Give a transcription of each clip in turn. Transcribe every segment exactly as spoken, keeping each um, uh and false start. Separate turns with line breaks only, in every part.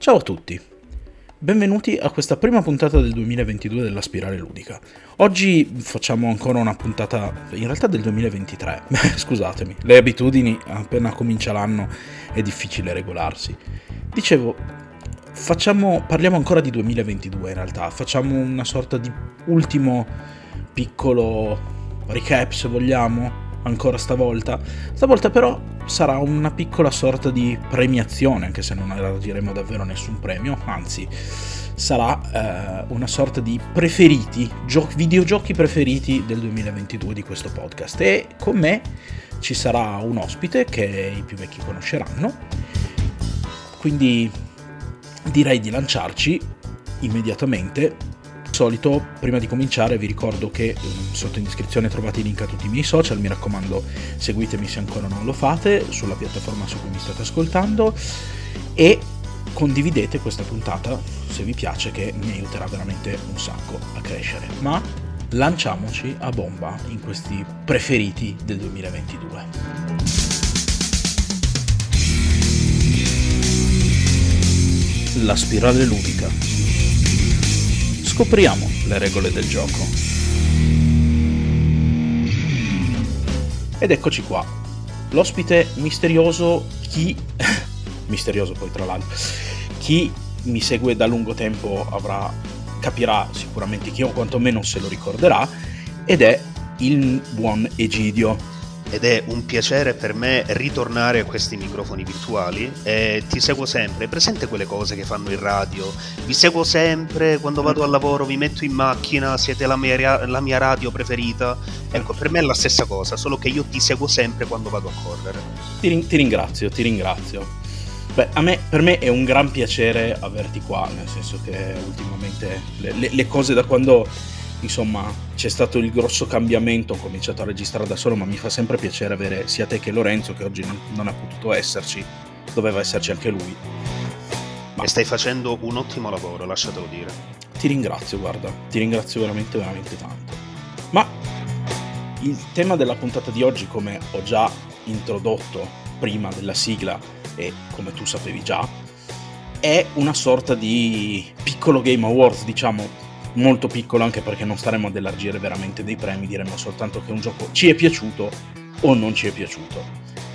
Ciao a tutti, benvenuti a questa prima puntata del duemilaventidue della Spirale Ludica. Oggi facciamo ancora una puntata, in realtà del duemilaventitré, scusatemi, le abitudini appena comincia l'anno è difficile regolarsi. Dicevo, facciamo, parliamo ancora di duemilaventidue in realtà, facciamo una sorta di ultimo piccolo recap se vogliamo, ancora stavolta. Stavolta però sarà una piccola sorta di premiazione, anche se non elargiremo davvero nessun premio, anzi sarà eh, una sorta di preferiti, gio- videogiochi preferiti del duemilaventidue di questo podcast. E con me ci sarà un ospite che i più vecchi conosceranno, quindi direi di lanciarci immediatamente. Solito, prima di cominciare vi ricordo che sotto in descrizione trovate i link a tutti i miei social, mi raccomando seguitemi se ancora non lo fate sulla piattaforma su cui mi state ascoltando e condividete questa puntata se vi piace, che mi aiuterà veramente un sacco a crescere. Ma lanciamoci a bomba in questi preferiti del duemilaventidue. La spirale ludica. Scopriamo le regole del gioco. Ed eccoci qua. L'ospite misterioso, chi... misterioso poi tra l'altro. Chi mi segue da lungo tempo avrà capirà sicuramente chi o quantomeno se lo ricorderà, ed è il buon Egidio.
Ed è un piacere per me ritornare a questi microfoni virtuali e ti seguo sempre. Presente quelle cose che fanno in radio? Vi seguo sempre quando vado al lavoro, vi metto in macchina, siete la mia, la mia radio preferita. Ecco, per me è la stessa cosa, solo che io ti seguo sempre quando vado a correre.
Ti, ti ringrazio, ti ringrazio. Beh, a me, per me è un gran piacere averti qua, nel senso che ultimamente le, le, le cose da quando... Insomma, c'è stato il grosso cambiamento, ho cominciato a registrare da solo, ma mi fa sempre piacere avere sia te che Lorenzo, che oggi non, non ha potuto esserci, doveva esserci anche lui.
Ma... E stai facendo un ottimo lavoro, lasciatelo dire.
Ti ringrazio, guarda, ti ringrazio veramente, veramente tanto. Ma il tema della puntata di oggi, come ho già introdotto prima della sigla, e come tu sapevi già, è una sorta di piccolo Game Awards, diciamo, molto piccolo, anche perché non staremo ad elargire veramente dei premi, diremo soltanto che un gioco ci è piaciuto o non ci è piaciuto,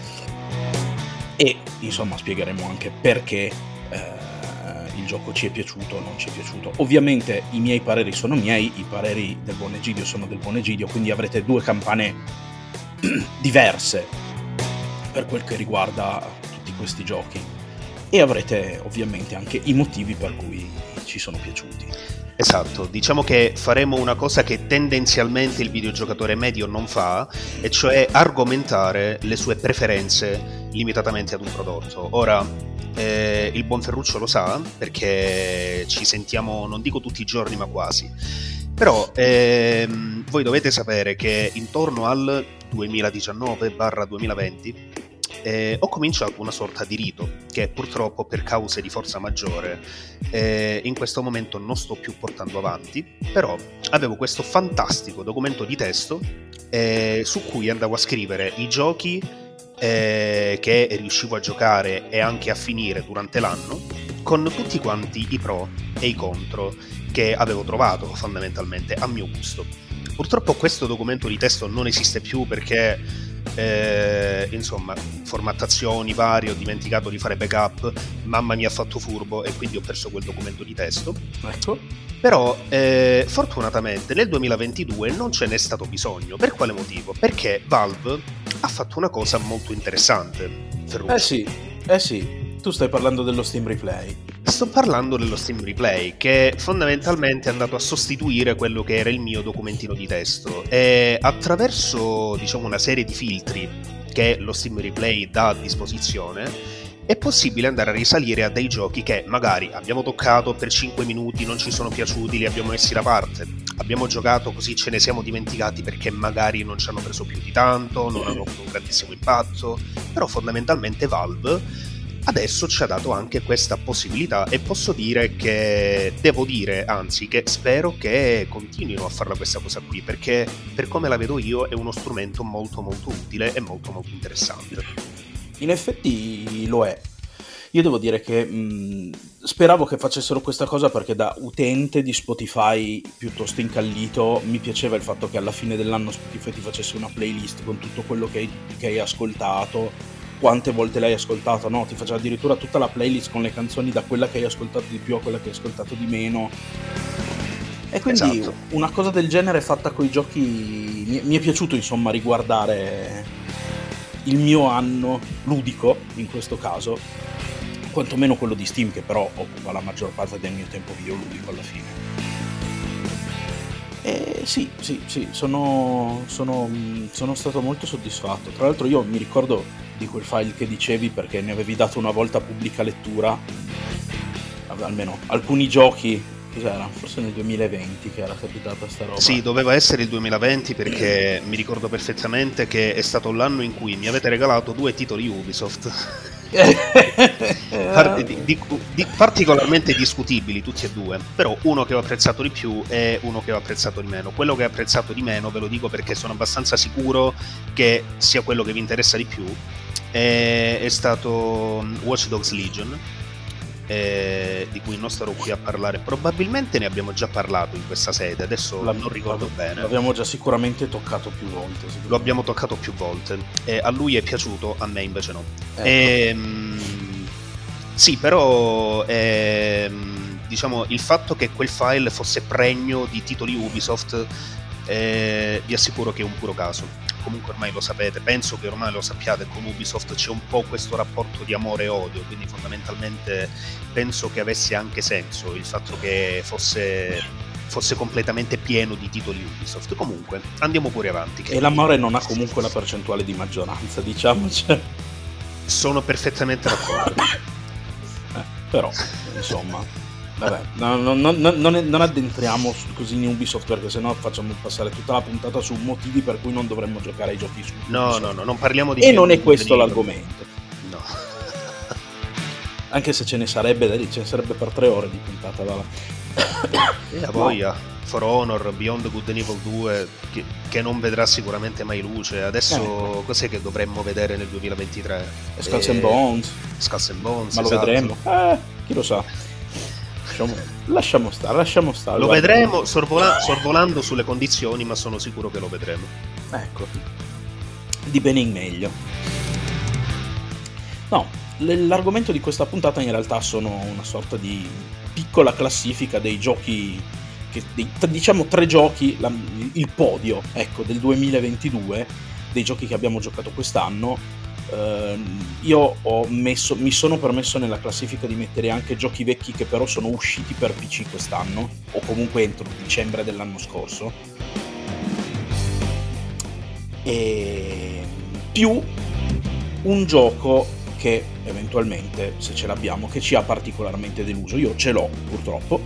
e insomma spiegheremo anche perché eh, il gioco ci è piaciuto o non ci è piaciuto. Ovviamente i miei pareri sono miei, i pareri del buon Egidio sono del buon Egidio, quindi avrete due campane diverse per quel che riguarda tutti questi giochi, e avrete ovviamente anche i motivi per cui ci sono piaciuti.
Esatto, diciamo che faremo una cosa che tendenzialmente il videogiocatore medio non fa, e cioè argomentare le sue preferenze limitatamente ad un prodotto. Ora, eh, il buon Ferruccio lo sa, perché ci sentiamo, non dico tutti i giorni, ma quasi. Però ehm, voi dovete sapere che intorno al duemiladiciannove duemilaventi Eh, ho cominciato una sorta di rito che purtroppo per cause di forza maggiore eh, in questo momento non sto più portando avanti, però avevo questo fantastico documento di testo eh, su cui andavo a scrivere i giochi eh, che riuscivo a giocare e anche a finire durante l'anno, con tutti quanti i pro e i contro che avevo trovato fondamentalmente a mio gusto. Purtroppo questo documento di testo non esiste più perché Eh, insomma, formattazioni varie, ho dimenticato di fare backup, mamma mi ha fatto furbo e quindi ho perso quel documento di testo.
Ecco.
Però eh, fortunatamente nel duemilaventidue non ce n'è stato bisogno. Per quale motivo? Perché Valve ha fatto una cosa molto interessante, Ferruccio.
Eh sì, eh sì. Tu stai parlando dello Steam Replay.
Sto parlando dello Steam Replay, che fondamentalmente è andato a sostituire quello che era il mio documentino di testo, e attraverso, diciamo, una serie di filtri che lo Steam Replay dà a disposizione è possibile andare a risalire a dei giochi che magari abbiamo toccato per cinque minuti, non ci sono piaciuti, li abbiamo messi da parte, abbiamo giocato così ce ne siamo dimenticati perché magari non ci hanno preso più di tanto, non hanno avuto un grandissimo impatto. Però fondamentalmente Valve adesso ci ha dato anche questa possibilità, e posso dire che, devo dire anzi che spero che continuino a farla questa cosa qui, perché per come la vedo io è uno strumento molto molto utile e molto molto interessante.
In effetti lo è. Io devo dire che mh, speravo che facessero questa cosa, perché da utente di Spotify piuttosto incallito mi piaceva il fatto che alla fine dell'anno Spotify ti facesse una playlist con tutto quello che hai, che hai ascoltato, quante volte l'hai ascoltato, no? Ti faceva addirittura tutta la playlist con le canzoni da quella che hai ascoltato di più a quella che hai ascoltato di meno. E quindi
Esatto.
una cosa del genere fatta coi giochi mi, mi è piaciuto, insomma, riguardare il mio anno ludico in questo caso, quantomeno quello di Steam, che però occupa la maggior parte del mio tempo videoludico alla fine. E sì, sì, sì, sono, sono, sono stato molto soddisfatto. Tra l'altro io mi ricordo di quel file che dicevi, perché ne avevi dato una volta pubblica lettura, almeno alcuni giochi. Cos'era? Forse nel duemilaventi che era capitata sta roba.
Sì, doveva essere il duemilaventi, perché mi ricordo perfettamente che è stato l'anno in cui mi avete regalato due titoli Ubisoft. Par- di, di, di, particolarmente discutibili tutti e due, però uno che ho apprezzato di più e uno che ho apprezzato di meno. Quello che ho apprezzato di meno ve lo dico perché sono abbastanza sicuro che sia quello che vi interessa di più. È, è stato Watch Dogs Legion, eh, di cui non starò qui a parlare. Probabilmente ne abbiamo già parlato in questa sede, adesso
La-
non ricordo bene.
L'abbiamo già sicuramente toccato più volte.
Lo abbiamo toccato più volte. Eh, a lui è piaciuto, a me invece no.
Ecco.
Ehm, sì, però ehm, diciamo il fatto che quel file fosse pregno di titoli Ubisoft, eh, vi assicuro che è un puro caso. Comunque ormai lo sapete, penso che ormai lo sappiate, con Ubisoft c'è un po' questo rapporto di amore e odio, quindi fondamentalmente penso che avesse anche senso il fatto che fosse, fosse completamente pieno di titoli Ubisoft. Comunque, andiamo pure avanti.
E l'amore non ha comunque la percentuale di maggioranza, diciamo. Cioè.
Sono perfettamente d'accordo.
Eh, però, insomma... Vabbè, no, no, no, no, non, non addentriamo su- così in Ubisoft, perché sennò facciamo passare tutta la puntata su motivi per cui non dovremmo giocare ai giochi su
No,
Ubisoft.
no, no, non parliamo di...
E non è
di-
questo
di-
l'argomento.
No.
Anche se ce ne sarebbe, dai, ce ne sarebbe per tre ore di puntata, va là.
E la voglia. For Honor, Beyond Good and Evil due, che, che non vedrà sicuramente mai luce. Adesso
Eh.
cos'è che dovremmo vedere nel duemilaventitré?
E Skulls
Eh,
and Bones,
Skulls and Bones,
ma lo
esatto.
vedremo. Eh, chi lo sa. Lasciamo, lasciamo stare, lasciamo stare.
Lo
guarda.
vedremo sorvola- sorvolando sulle condizioni, ma sono sicuro che lo vedremo.
Ecco, di bene in meglio. No, l- l'argomento di questa puntata in realtà sono una sorta di piccola classifica dei giochi, che, dei, t- diciamo tre giochi, la- il podio, ecco, del duemilaventidue, dei giochi che abbiamo giocato quest'anno. Ehm, io ho messo, mi sono permesso nella classifica di mettere anche giochi vecchi che però sono usciti per P C quest'anno, o comunque entro dicembre dell'anno scorso, e più un gioco che eventualmente, se ce l'abbiamo, che ci ha particolarmente deluso. Io ce l'ho purtroppo,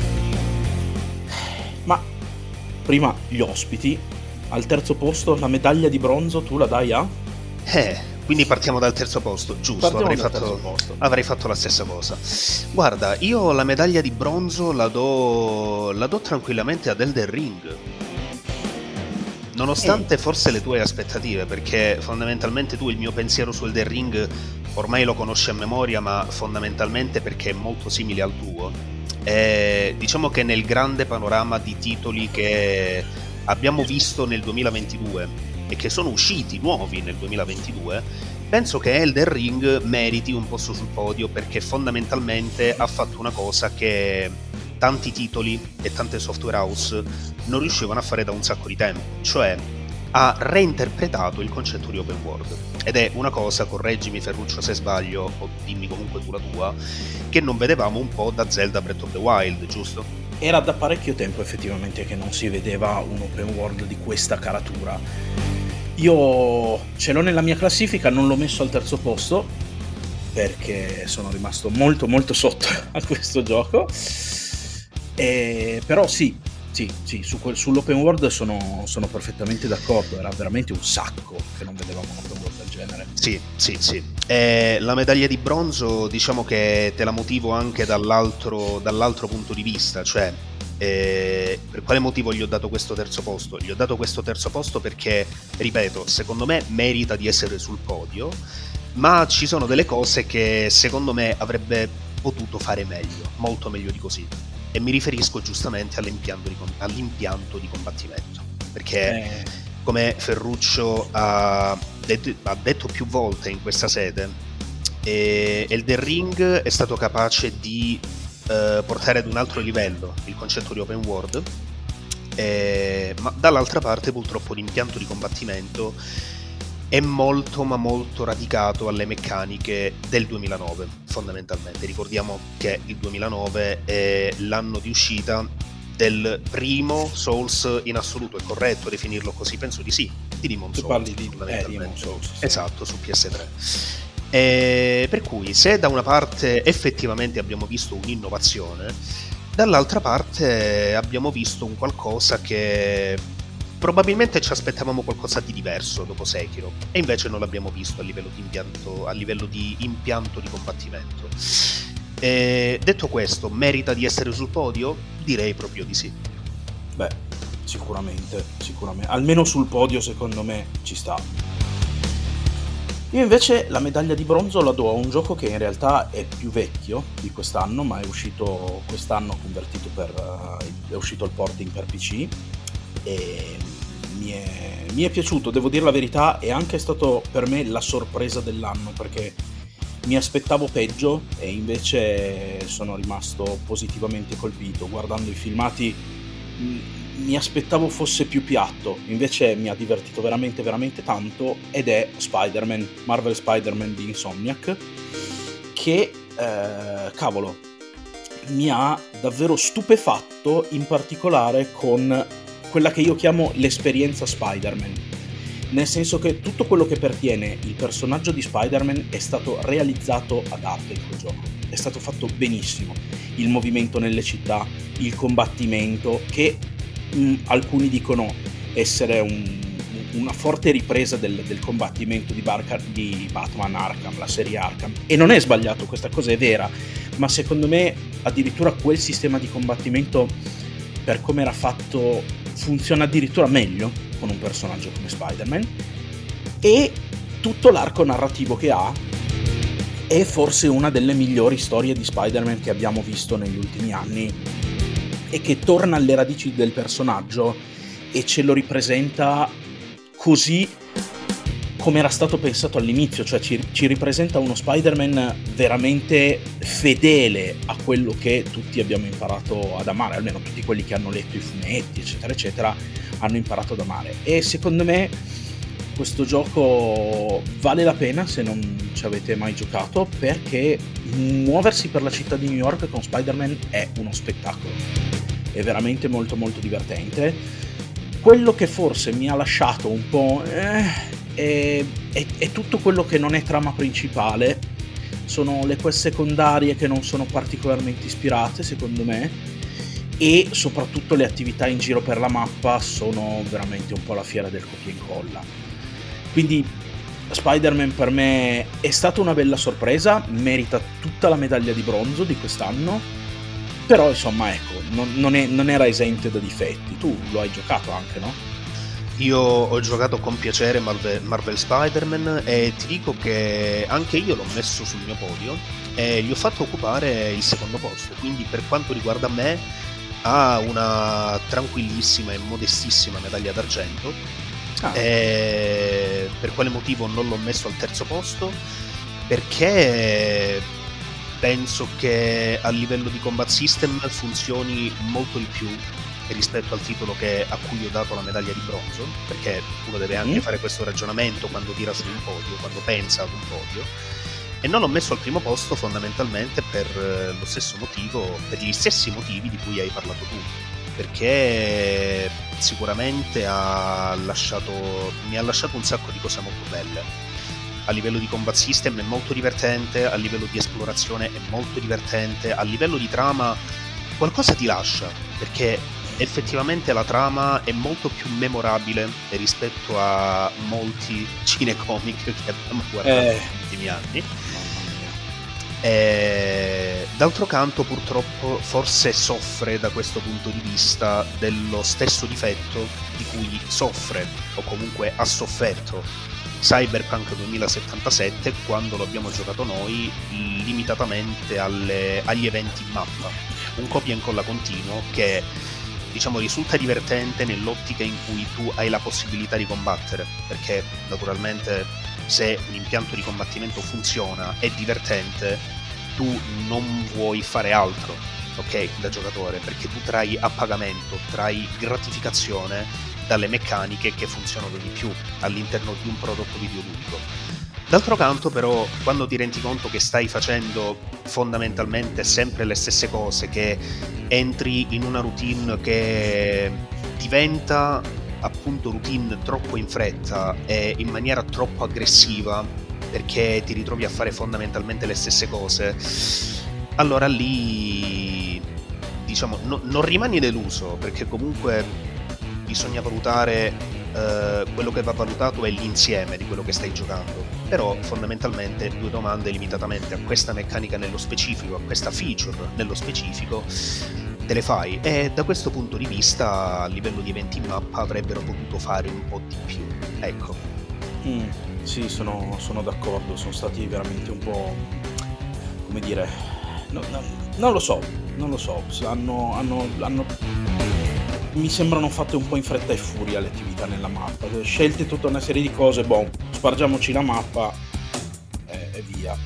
ma prima gli ospiti. Al terzo posto la medaglia di bronzo tu la dai a?
Eh, quindi partiamo dal terzo posto, giusto?
Partiamo
Avrei
dal
fatto,
terzo posto.
avrei fatto la stessa cosa. Guarda, io la medaglia di bronzo la do, la do tranquillamente ad Elden Ring. Nonostante forse le tue aspettative, perché fondamentalmente tu il mio pensiero su Elden Ring ormai lo conosci a memoria, ma fondamentalmente perché è molto simile al tuo. E diciamo che nel grande panorama di titoli che abbiamo visto nel duemilaventidue e che sono usciti nuovi nel duemilaventidue, penso che Elden Ring meriti un posto sul podio, perché fondamentalmente ha fatto una cosa che tanti titoli e tante software house non riuscivano a fare da un sacco di tempo, cioè ha reinterpretato il concetto di open world. Ed è una cosa, correggimi Ferruccio se sbaglio, o dimmi comunque tu la tua, che non vedevamo un po' da Zelda Breath of the Wild, giusto?
Era da parecchio tempo effettivamente che non si vedeva un open world di questa caratura. Io ce l'ho nella mia classifica, non l'ho messo al terzo posto perché sono rimasto molto molto sotto a questo gioco. E, però sì, sì, sì, su quel, sull'open world sono, sono perfettamente d'accordo. Era veramente un sacco che non vedevamo un open world del genere.
Sì, sì, sì. E la medaglia di bronzo, diciamo che te la motivo anche dall'altro, dall'altro punto di vista, cioè eh, per quale motivo gli ho dato questo terzo posto? Gli ho dato questo terzo posto perché, ripeto, secondo me merita di essere sul podio, ma ci sono delle cose che secondo me avrebbe potuto fare meglio, molto meglio di così, e mi riferisco giustamente all'impianto di, all'impianto di combattimento, perché eh. come Ferruccio ha detto, ha detto più volte in questa sede, eh, Elden Ring è stato capace di eh, portare ad un altro livello il concetto di open world, eh, ma dall'altra parte purtroppo l'impianto di combattimento è molto ma molto radicato alle meccaniche del duemilanove, fondamentalmente. Ricordiamo che il duemilanove è l'anno di uscita del primo Souls in assoluto, è corretto definirlo così? Penso di sì, di Demon
tu
Souls.
Parli di eh, Demon Souls, sì.
Esatto, su P S tre. E per cui se da una parte effettivamente abbiamo visto un'innovazione, dall'altra parte abbiamo visto un qualcosa che probabilmente ci aspettavamo qualcosa di diverso dopo Sekiro, e invece non l'abbiamo visto a livello di impianto, a livello di, impianto di combattimento. E detto questo, merita di essere sul podio? Direi proprio di sì.
Beh, sicuramente, sicuramente. Almeno sul podio secondo me ci sta. Io invece la medaglia di bronzo la do a un gioco che in realtà è più vecchio di quest'anno, ma è uscito quest'anno convertito per... Uh, è uscito il porting per P C, e mi è, mi è piaciuto, devo dire la verità, è anche stato per me la sorpresa dell'anno, perché mi aspettavo peggio e invece sono rimasto positivamente colpito. Guardando i filmati mi aspettavo fosse più piatto, invece mi ha divertito veramente veramente tanto, ed è Spider-Man, Marvel Spider-Man di Insomniac, che eh, cavolo mi ha davvero stupefatto, in particolare con quella che io chiamo l'esperienza Spider-Man, nel senso che tutto quello che pertiene il personaggio di Spider-Man è stato realizzato ad arte in quel gioco, è stato fatto benissimo, il movimento nelle città, il combattimento, che mh, alcuni dicono essere un, una forte ripresa del, del combattimento di, Barca, di Batman Arkham, la serie Arkham, e non è sbagliato, questa cosa è vera, ma secondo me addirittura quel sistema di combattimento, per come era fatto, funziona addirittura meglio con un personaggio come Spider-Man, e tutto l'arco narrativo che ha è forse una delle migliori storie di Spider-Man che abbiamo visto negli ultimi anni, e che torna alle radici del personaggio e ce lo ripresenta così come era stato pensato all'inizio, cioè ci, ci ripresenta uno Spider-Man veramente fedele a quello che tutti abbiamo imparato ad amare, almeno tutti quelli che hanno letto i fumetti eccetera eccetera hanno imparato ad amare. E secondo me questo gioco vale la pena se non ci avete mai giocato, perché muoversi per la città di New York con Spider-Man è uno spettacolo, è veramente molto molto divertente. Quello che forse mi ha lasciato un po' eh, è, è, è tutto quello che non è trama principale, sono le quest secondarie che non sono particolarmente ispirate secondo me, e soprattutto le attività in giro per la mappa sono veramente un po' la fiera del copia e incolla. Quindi Spider-Man per me è stata una bella sorpresa, merita tutta la medaglia di bronzo di quest'anno, però insomma ecco, non, non, è, non era esente da difetti. Tu lo hai giocato anche, no?
Io ho giocato con piacere Marvel, Marvel Spider-Man, e ti dico che anche io l'ho messo sul mio podio e gli ho fatto occupare il secondo posto, quindi per quanto riguarda me ha una tranquillissima e modestissima medaglia d'argento. Ah. E per quale motivo non l'ho messo al terzo posto? Perché penso che a livello di combat system funzioni molto di più rispetto al titolo che, a cui ho dato la medaglia di bronzo, perché uno deve anche mm. fare questo ragionamento quando tira su un podio, quando pensa ad un podio, e non l'ho messo al primo posto fondamentalmente per lo stesso motivo, per gli stessi motivi di cui hai parlato tu, perché sicuramente ha lasciato, mi ha lasciato un sacco di cose molto belle. A livello di combat system è molto divertente, a livello di esplorazione è molto divertente, a livello di trama qualcosa ti lascia, perché effettivamente la trama è molto più memorabile rispetto a molti cinecomic che abbiamo guardato eh. negli ultimi anni. E, d'altro canto, purtroppo forse soffre da questo punto di vista dello stesso difetto di cui soffre, o comunque ha sofferto, Cyberpunk duemilasettantasette, quando lo abbiamo giocato noi, limitatamente alle, agli eventi in mappa. Un copia e incolla continuo che, diciamo, risulta divertente nell'ottica in cui tu hai la possibilità di combattere, perché naturalmente se un impianto di combattimento funziona, è divertente, tu non vuoi fare altro, ok, da giocatore, perché tu trai a pagamento, trai gratificazione dalle meccaniche che funzionano di più all'interno di un prodotto videoludico. D'altro canto, però, quando ti rendi conto che stai facendo fondamentalmente sempre le stesse cose, che entri in una routine che diventa appunto routine troppo in fretta e in maniera troppo aggressiva, perché ti ritrovi a fare fondamentalmente le stesse cose, allora lì, diciamo, no, non rimani deluso, perché comunque bisogna valutare, eh, quello che va valutato è l'insieme di quello che stai giocando. Però fondamentalmente due domande limitatamente a questa meccanica nello specifico, a questa feature nello specifico, te le fai, e da questo punto di vista a livello di eventi in mappa avrebbero potuto fare un po' di più, ecco.
Mm, sì, sono, sono d'accordo, sono stati veramente un po', come dire, no, no, non lo so, non lo so, hanno, hanno, hanno, mi sembrano fatte un po' in fretta e furia le attività nella mappa, scelte tutta una serie di cose, boh, spargiamoci la mappa e, e via.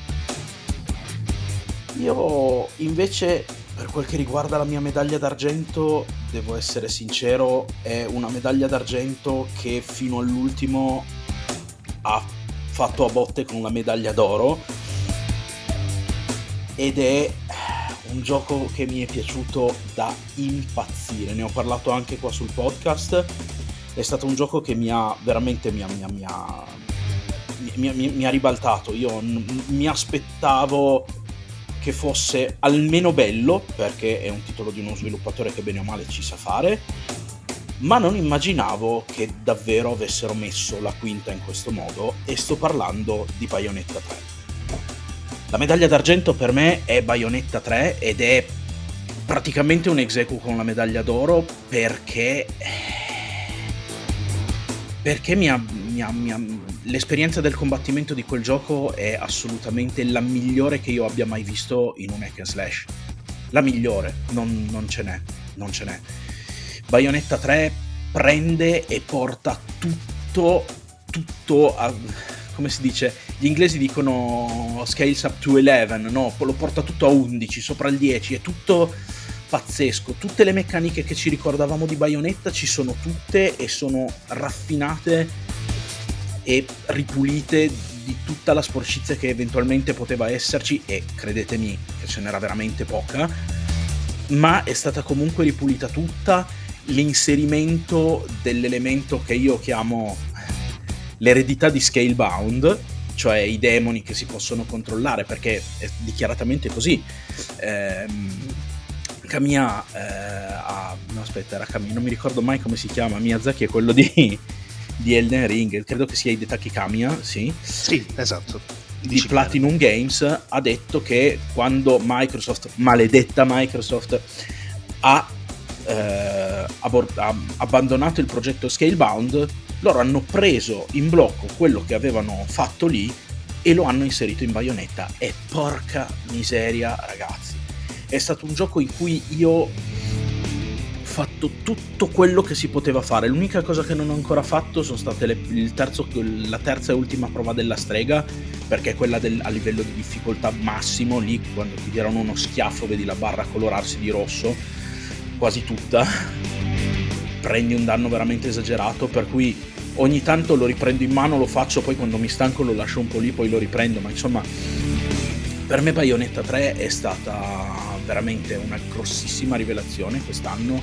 Io invece, per quel che riguarda la mia medaglia d'argento, devo essere sincero, è una medaglia d'argento che fino all'ultimo ha fatto a botte con la medaglia d'oro, ed è un gioco che mi è piaciuto da impazzire. Ne ho parlato anche qua sul podcast. È stato un gioco che mi ha veramente mi ha, mi ha, mi ha, mi, mi, mi ha ribaltato. Io n- mi aspettavo che fosse almeno bello, perché è un titolo di uno sviluppatore che bene o male ci sa fare, ma non immaginavo che davvero avessero messo la quinta in questo modo, e sto parlando di Bayonetta tre. La medaglia d'argento per me è Bayonetta tre, ed è praticamente un ex aequo con la medaglia d'oro, perché perché mi ha, mi ha, mi ha, l'esperienza del combattimento di quel gioco è assolutamente la migliore che io abbia mai visto in un hack and slash. La migliore, non, non ce n'è, non ce n'è. Bayonetta tre prende e porta tutto, tutto a, come si dice, gli inglesi dicono scales up to eleven, no? Lo porta tutto a undici, sopra il dieci, è tutto pazzesco. Tutte le meccaniche che ci ricordavamo di Bayonetta ci sono tutte, e sono raffinate e ripulite di tutta la sporcizia che eventualmente poteva esserci, e credetemi che ce n'era veramente poca, ma è stata comunque ripulita tutta. L'inserimento dell'elemento che io chiamo l'eredità di Scalebound, cioè i demoni che si possono controllare, perché è dichiaratamente così. ehm, Kamiya eh, ha, no aspetta era Kamiya, non mi ricordo mai come si chiama, Miyazaki è quello di, di Elden Ring, credo che sia Hidetaki Kamiya, sì?
Sì, esatto.
Di
Dici
Platinum bene. Games, ha detto che quando Microsoft, maledetta Microsoft, ha, eh, abor- ha abbandonato il progetto Scalebound, loro hanno preso in blocco quello che avevano fatto lì e lo hanno inserito in Bayonetta, e porca miseria ragazzi, è stato un gioco in cui io ho fatto tutto quello che si poteva fare. L'unica cosa che non ho ancora fatto sono state le, il terzo, la terza e ultima prova della strega, perché quella del, a livello di difficoltà massimo, lì quando ti tirano uno schiaffo vedi la barra colorarsi di rosso quasi tutta, prendi un danno veramente esagerato, per cui ogni tanto lo riprendo in mano, lo faccio, poi quando mi stanco lo lascio un po' lì, poi lo riprendo. Ma insomma, per me Bayonetta tre è stata veramente una grossissima rivelazione quest'anno,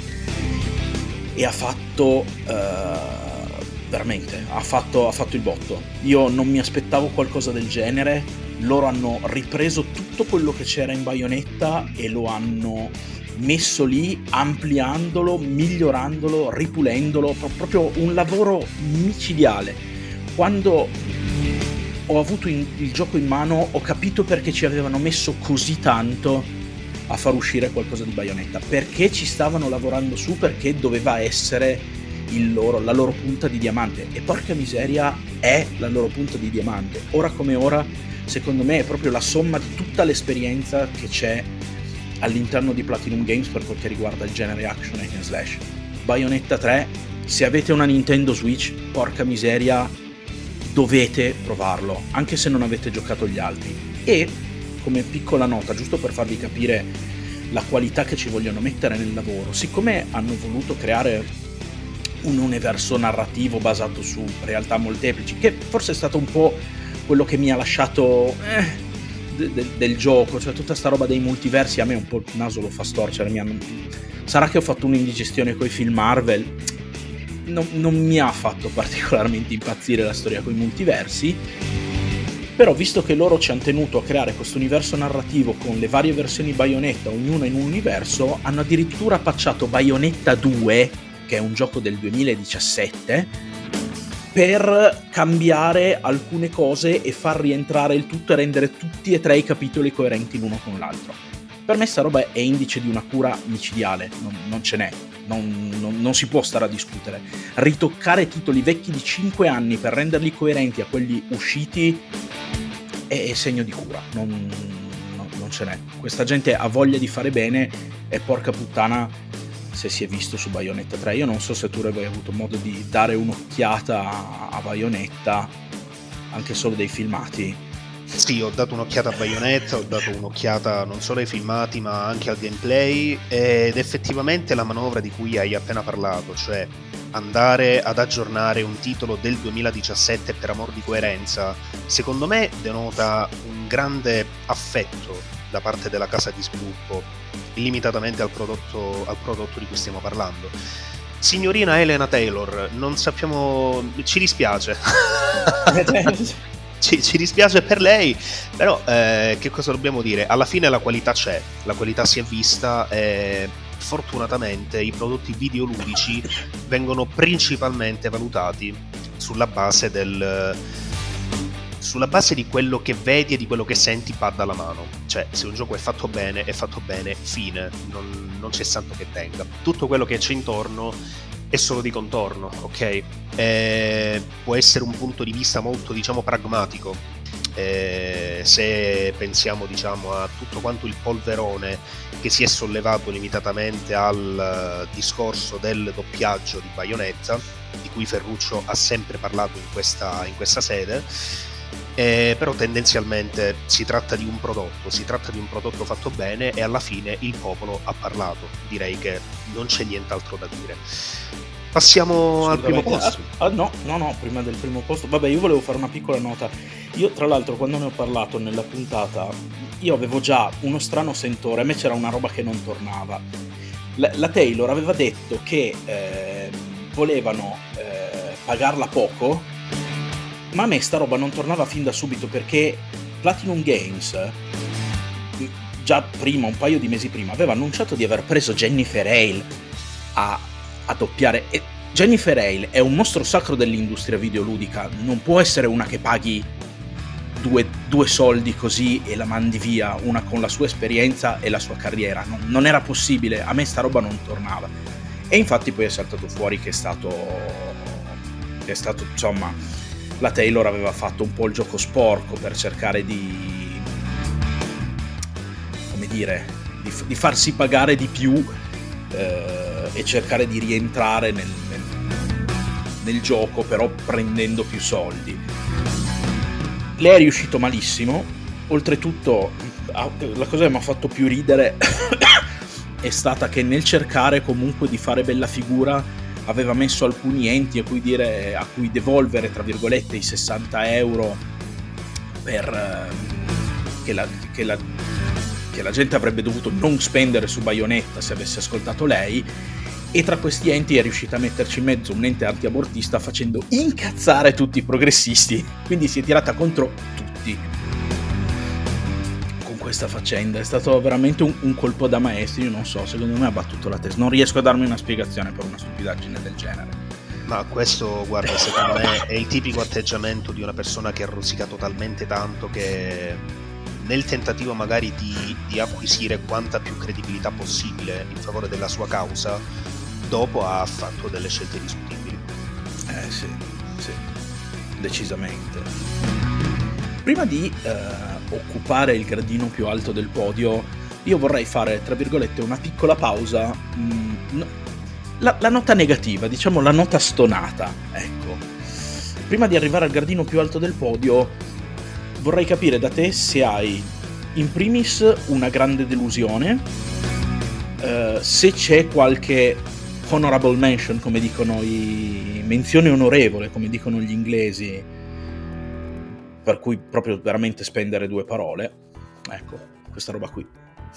e ha fatto uh, veramente ha fatto, ha fatto il botto. Io non mi aspettavo qualcosa del genere. Loro hanno ripreso tutto quello che c'era in Bayonetta e lo hanno messo lì, ampliandolo, migliorandolo, ripulendolo, proprio un lavoro micidiale. Quando ho avuto in, il gioco in mano, ho capito perché ci avevano messo così tanto a far uscire qualcosa di Bayonetta, perché ci stavano lavorando su, perché doveva essere il loro, la loro punta di diamante, e porca miseria è la loro punta di diamante. Ora come ora, secondo me, è proprio la somma di tutta l'esperienza che c'è all'interno di Platinum Games per quel che riguarda il genere action hack and slash. Bayonetta tre, se avete una Nintendo Switch, porca miseria, dovete provarlo, anche se non avete giocato gli altri. E come piccola nota, giusto per farvi capire la qualità che ci vogliono mettere nel lavoro, siccome hanno voluto creare un universo narrativo basato su realtà molteplici, che forse è stato un po' quello che mi ha lasciato eh, de- de- del gioco, cioè tutta sta roba dei multiversi a me un po' il naso lo fa storcere. Mi hanno... sarà che ho fatto un'indigestione coi film Marvel, non, non mi ha fatto particolarmente impazzire la storia coi multiversi, però visto che loro ci hanno tenuto a creare questo universo narrativo con le varie versioni Bayonetta, ognuna in un universo, hanno addirittura patchato Bayonetta due, che è un gioco del duemiladiciassette, per cambiare alcune cose e far rientrare il tutto e rendere tutti e tre i capitoli coerenti l'uno con l'altro. Per me sta roba è indice di una cura micidiale, non, non ce n'è, non, non, non si può stare a discutere. Ritoccare titoli vecchi di cinque anni per renderli coerenti a quelli usciti è, è segno di cura, non, non, non ce n'è. Questa gente ha voglia di fare bene e porca puttana se si è visto su Bayonetta tre. Io non so se tu avevi avuto modo di dare un'occhiata a, a Bayonetta, anche solo dei filmati.
Sì, ho dato un'occhiata a Bayonetta, ho dato un'occhiata non solo ai filmati ma anche al gameplay, ed effettivamente la manovra di cui hai appena parlato, cioè andare ad aggiornare un titolo del duemiladiciassette per amor di coerenza, secondo me denota un grande affetto da parte della casa di sviluppo, limitatamente al prodotto, al prodotto di cui stiamo parlando. Signorina Elena Taylor, non sappiamo, ci dispiace. Ci, ci dispiace per lei, però eh, che cosa dobbiamo dire? Alla fine la qualità c'è, la qualità si è vista e fortunatamente i prodotti videoludici vengono principalmente valutati sulla base del sulla base di quello che vedi e di quello che senti padda alla mano. Cioè, se un gioco è fatto bene, è fatto bene, fine, non, non c'è santo che tenga. Tutto quello che c'è intorno è solo di contorno, ok? Eh, può essere un punto di vista molto, diciamo, pragmatico. Eh, se pensiamo, diciamo, a tutto quanto il polverone che si è sollevato limitatamente al uh, discorso del doppiaggio di Bayonetta, di cui Ferruccio ha sempre parlato in questa, in questa sede, eh, però tendenzialmente si tratta di un prodotto, si tratta di un prodotto fatto bene e alla fine il popolo ha parlato. Direi che non c'è nient'altro da dire. Passiamo al primo posto.
Ah, ah, no, no, no, prima del primo posto. Vabbè, io volevo fare una piccola nota. Io, tra l'altro, quando ne ho parlato nella puntata, io avevo già uno strano sentore, a me c'era una roba che non tornava. La, la Taylor aveva detto che eh, volevano eh, pagarla poco, ma a me sta roba non tornava fin da subito, perché Platinum Games, già prima, un paio di mesi prima, aveva annunciato di aver preso Jennifer Hale a, a doppiare. E Jennifer Hale è un mostro sacro dell'industria videoludica, non può essere una che paghi due, due soldi così e la mandi via, una con la sua esperienza e la sua carriera. Non, non era possibile, a me sta roba non tornava. E infatti poi è saltato fuori che è stato, che è stato insomma, la Taylor aveva fatto un po' il gioco sporco per cercare di, come dire, di, di farsi pagare di più eh, e cercare di rientrare nel, nel, nel gioco, però prendendo più soldi. Lei è riuscito malissimo. Oltretutto, la cosa che mi ha fatto più ridere è stata che nel cercare comunque di fare bella figura aveva messo alcuni enti a cui dire, a cui devolvere tra virgolette i sessanta euro per uh, che, la, che, la, che la gente avrebbe dovuto non spendere su Bayonetta se avesse ascoltato lei, e tra questi enti è riuscita a metterci in mezzo un ente antiabortista facendo incazzare tutti i progressisti, quindi si è tirata contro tutti con questa faccenda. È stato veramente un, un colpo da maestri. Io non so, secondo me ha battuto la testa, non riesco a darmi una spiegazione per una stupidaggine del genere.
Ma questo, guarda, secondo me è il tipico atteggiamento di una persona che ha rosicato talmente tanto che nel tentativo magari di, di acquisire quanta più credibilità possibile in favore della sua causa, dopo ha fatto delle scelte discutibili.
Eh sì, sì. decisamente. Prima di eh, occupare il gradino più alto del podio, io vorrei fare, tra virgolette, una piccola pausa. Mh, no, la, la nota negativa, diciamo la nota stonata, ecco. Prima di arrivare al gradino più alto del podio, vorrei capire da te se hai, in primis, una grande delusione, eh, se c'è qualche honorable mention, come dicono i... menzione onorevole, come dicono gli inglesi, per cui proprio veramente spendere due parole. Ecco, questa roba qui.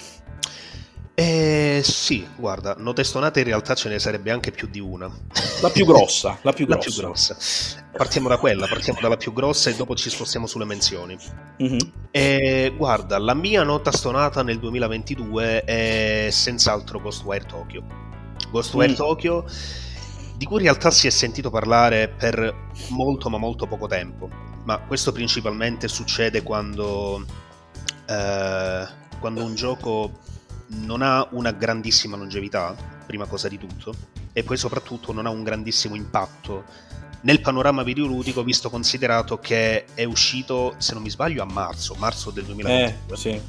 Eh, sì, guarda, note stonate in realtà ce ne sarebbe anche più di una.
La più grossa, la più
la
grossa.
più grossa. Partiamo da quella, partiamo dalla più grossa e dopo ci spostiamo sulle menzioni. Mm-hmm. E, guarda, la mia nota stonata nel duemilaventidue è senz'altro Ghostwire Tokyo. Ghostwire mm. Tokyo, di cui in realtà si è sentito parlare per molto ma molto poco tempo, ma questo principalmente succede quando, eh, quando un gioco non ha una grandissima longevità, prima cosa di tutto, e poi soprattutto non ha un grandissimo impatto nel panorama videoludico, visto considerato che è uscito, se non mi sbaglio, a marzo, marzo del duemilaventidue.
Eh, sì.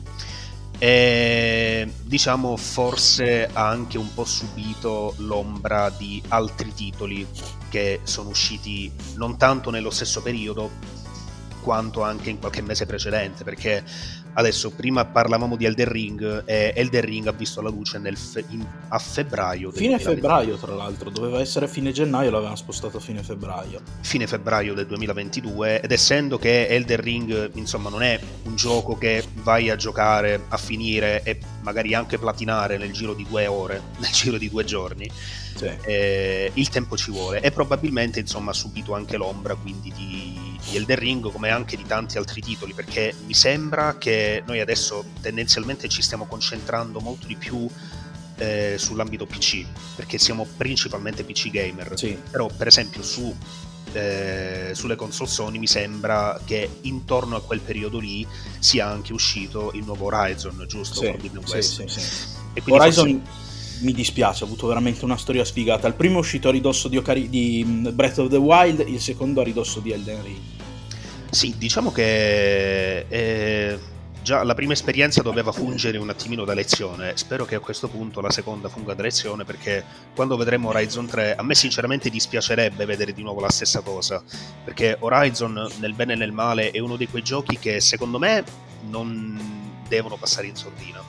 E diciamo forse ha anche un po' subito l'ombra di altri titoli che sono usciti non tanto nello stesso periodo quanto anche in qualche mese precedente, perché adesso prima parlavamo di Elden Ring e Elden Ring ha visto la luce nel fe- in, a febbraio
fine febbraio, tra l'altro doveva essere fine gennaio, l'avevano spostato a fine febbraio
fine febbraio del duemilaventidue, ed essendo che Elden Ring insomma non è un gioco che vai a giocare, a finire e magari anche platinare nel giro di due ore, nel giro di due giorni, sì. eh, il tempo ci vuole, e probabilmente insomma ha subito anche l'ombra quindi di di Elden Ring, come anche di tanti altri titoli, perché mi sembra che noi adesso tendenzialmente ci stiamo concentrando molto di più eh, sull'ambito P C, perché siamo principalmente P C gamer, sì. Però per esempio su eh, sulle console Sony mi sembra che intorno a quel periodo lì sia anche uscito il nuovo Horizon, giusto?
Sì,
sì,
sì, sì, sì. E Horizon forse... mi dispiace, ha avuto veramente una storia sfigata. Il primo è uscito a ridosso di, Ocari- di Breath of the Wild, il secondo a ridosso di Elden Ring.
Sì, diciamo che eh, già la prima esperienza doveva fungere un attimino da lezione. Spero che a questo punto la seconda funga da lezione, perché quando vedremo Horizon tre a me sinceramente dispiacerebbe vedere di nuovo la stessa cosa, perché Horizon nel bene e nel male è uno di quei giochi che secondo me non devono passare in sordina.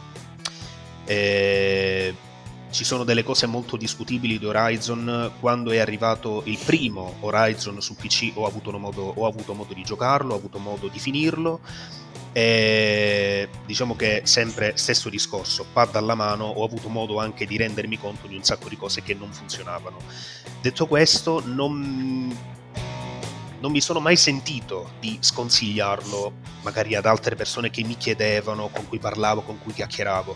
E... ci sono delle cose molto discutibili di Horizon. Quando è arrivato il primo Horizon su P C ho avuto modo, ho avuto modo di giocarlo, ho avuto modo di finirlo, e diciamo che sempre stesso discorso, pad alla mano, ho avuto modo anche di rendermi conto di un sacco di cose che non funzionavano. Detto questo, non, non mi sono mai sentito di sconsigliarlo magari ad altre persone che mi chiedevano, con cui parlavo, con cui chiacchieravo.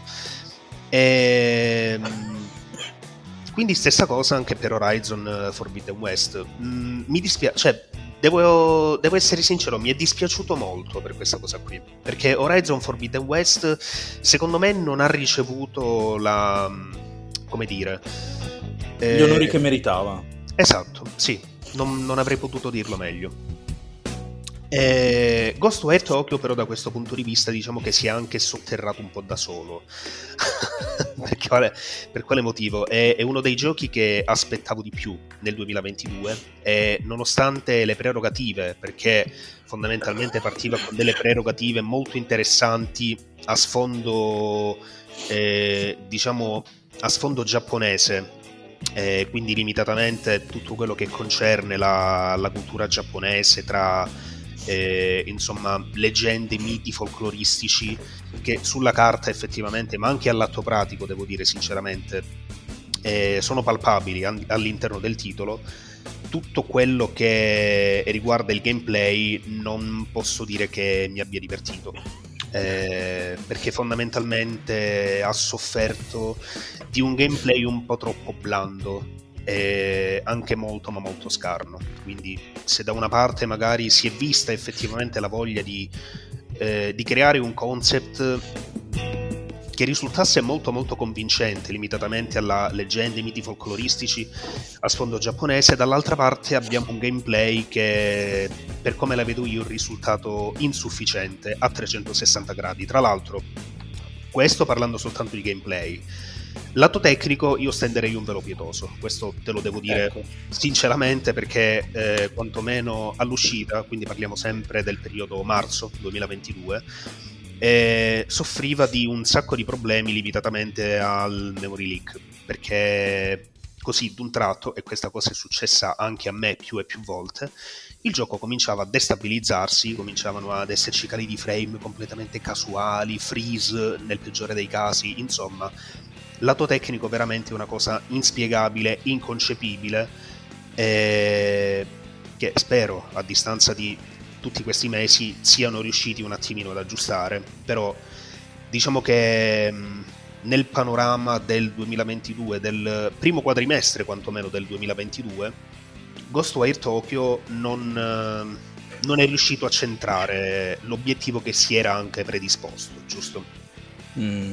E quindi stessa cosa anche per Horizon Forbidden West. Mm, mi dispiace, cioè devo, devo essere sincero, mi è dispiaciuto molto per questa cosa qui, perché Horizon Forbidden West secondo me non ha ricevuto la, come dire,
gli onori eh, che meritava.
Esatto, sì, non, non avrei potuto dirlo meglio. Eh, Ghostwire Tokyo però da questo punto di vista diciamo che si è anche sotterrato un po' da solo. Perché, vale, per quale motivo? È, è uno dei giochi che aspettavo di più nel duemilaventidue, e nonostante le prerogative, perché fondamentalmente partiva con delle prerogative molto interessanti a sfondo eh, diciamo a sfondo giapponese, eh, quindi limitatamente tutto quello che concerne la, la cultura giapponese, tra Eh, insomma leggende, miti folcloristici che sulla carta effettivamente, ma anche all'atto pratico devo dire sinceramente, eh, sono palpabili all'interno del titolo. Tutto quello che riguarda il gameplay non posso dire che mi abbia divertito, eh, perché fondamentalmente ha sofferto di un gameplay un po' troppo blando, e anche molto ma molto scarno. Quindi se da una parte magari si è vista effettivamente la voglia di, eh, di creare un concept che risultasse molto molto convincente, limitatamente alla leggende, ai miti folcloristici a sfondo giapponese. Dall'altra parte abbiamo un gameplay che, per come la vedo io, è un risultato insufficiente a trecentosessanta gradi. Tra l'altro, questo parlando soltanto di gameplay. Lato tecnico io stenderei un velo pietoso, questo te lo devo dire ecco. sinceramente, perché eh, quantomeno all'uscita, quindi parliamo sempre del periodo marzo duemilaventidue, eh, soffriva di un sacco di problemi limitatamente al memory leak, perché così d'un tratto, e questa cosa è successa anche a me più e più volte, il gioco cominciava a destabilizzarsi, cominciavano ad esserci cali di frame completamente casuali, freeze nel peggiore dei casi, insomma lato tecnico veramente una cosa inspiegabile, inconcepibile, eh, che spero a distanza di tutti questi mesi siano riusciti un attimino ad aggiustare. Però diciamo che mh, nel panorama del duemilaventidue, del primo quadrimestre quantomeno del duemilaventidue, Ghostwire Tokyo non, eh, non è riuscito a centrare l'obiettivo che si era anche predisposto, giusto?
Mm.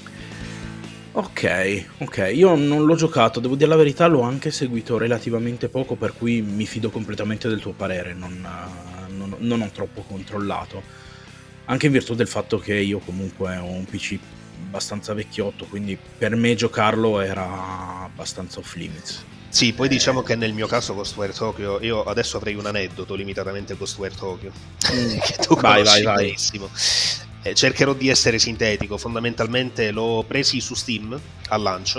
Ok, ok, io non l'ho giocato, devo dire la verità, l'ho anche seguito relativamente poco, per cui mi fido completamente del tuo parere, non, non, non ho troppo controllato, anche in virtù del fatto che io comunque ho un P C abbastanza vecchiotto, quindi per me giocarlo era abbastanza off limits.
Sì, poi diciamo che nel mio caso Ghostwire Tokyo, io adesso avrei un aneddoto limitatamente a Ghostwire Tokyo, mm. che tu
vai,
conosci
vai, vai.
benissimo. Cercherò di essere sintetico. Fondamentalmente l'ho presi su Steam al lancio,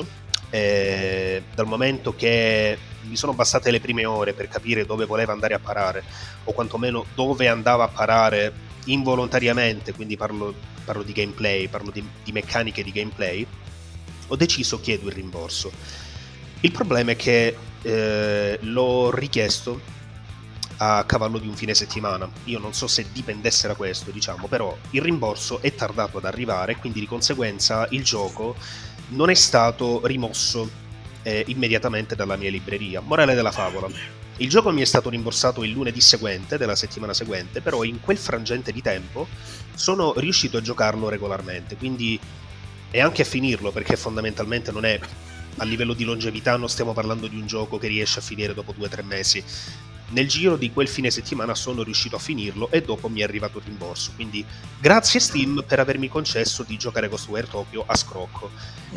e dal momento che mi sono bastate le prime ore per capire dove voleva andare a parare, o quantomeno dove andava a parare involontariamente, quindi parlo, parlo di gameplay, parlo di, di meccaniche di gameplay, ho deciso chiedo il rimborso. Il problema è che eh, l'ho richiesto a cavallo di un fine settimana. Io non so se dipendesse da questo, diciamo, però il rimborso è tardato ad arrivare, quindi di conseguenza il gioco non è stato rimosso eh, immediatamente dalla mia libreria. Morale della favola: il gioco mi è stato rimborsato il lunedì seguente della settimana seguente, però in quel frangente di tempo sono riuscito a giocarlo regolarmente, quindi e anche a finirlo, perché fondamentalmente non è, a livello di longevità non stiamo parlando di un gioco che riesce a finire dopo due o tre mesi. Nel giro di quel fine settimana sono riuscito a finirlo e dopo mi è arrivato il rimborso, quindi grazie Steam per avermi concesso di giocare Ghostwire Tokyo a scrocco.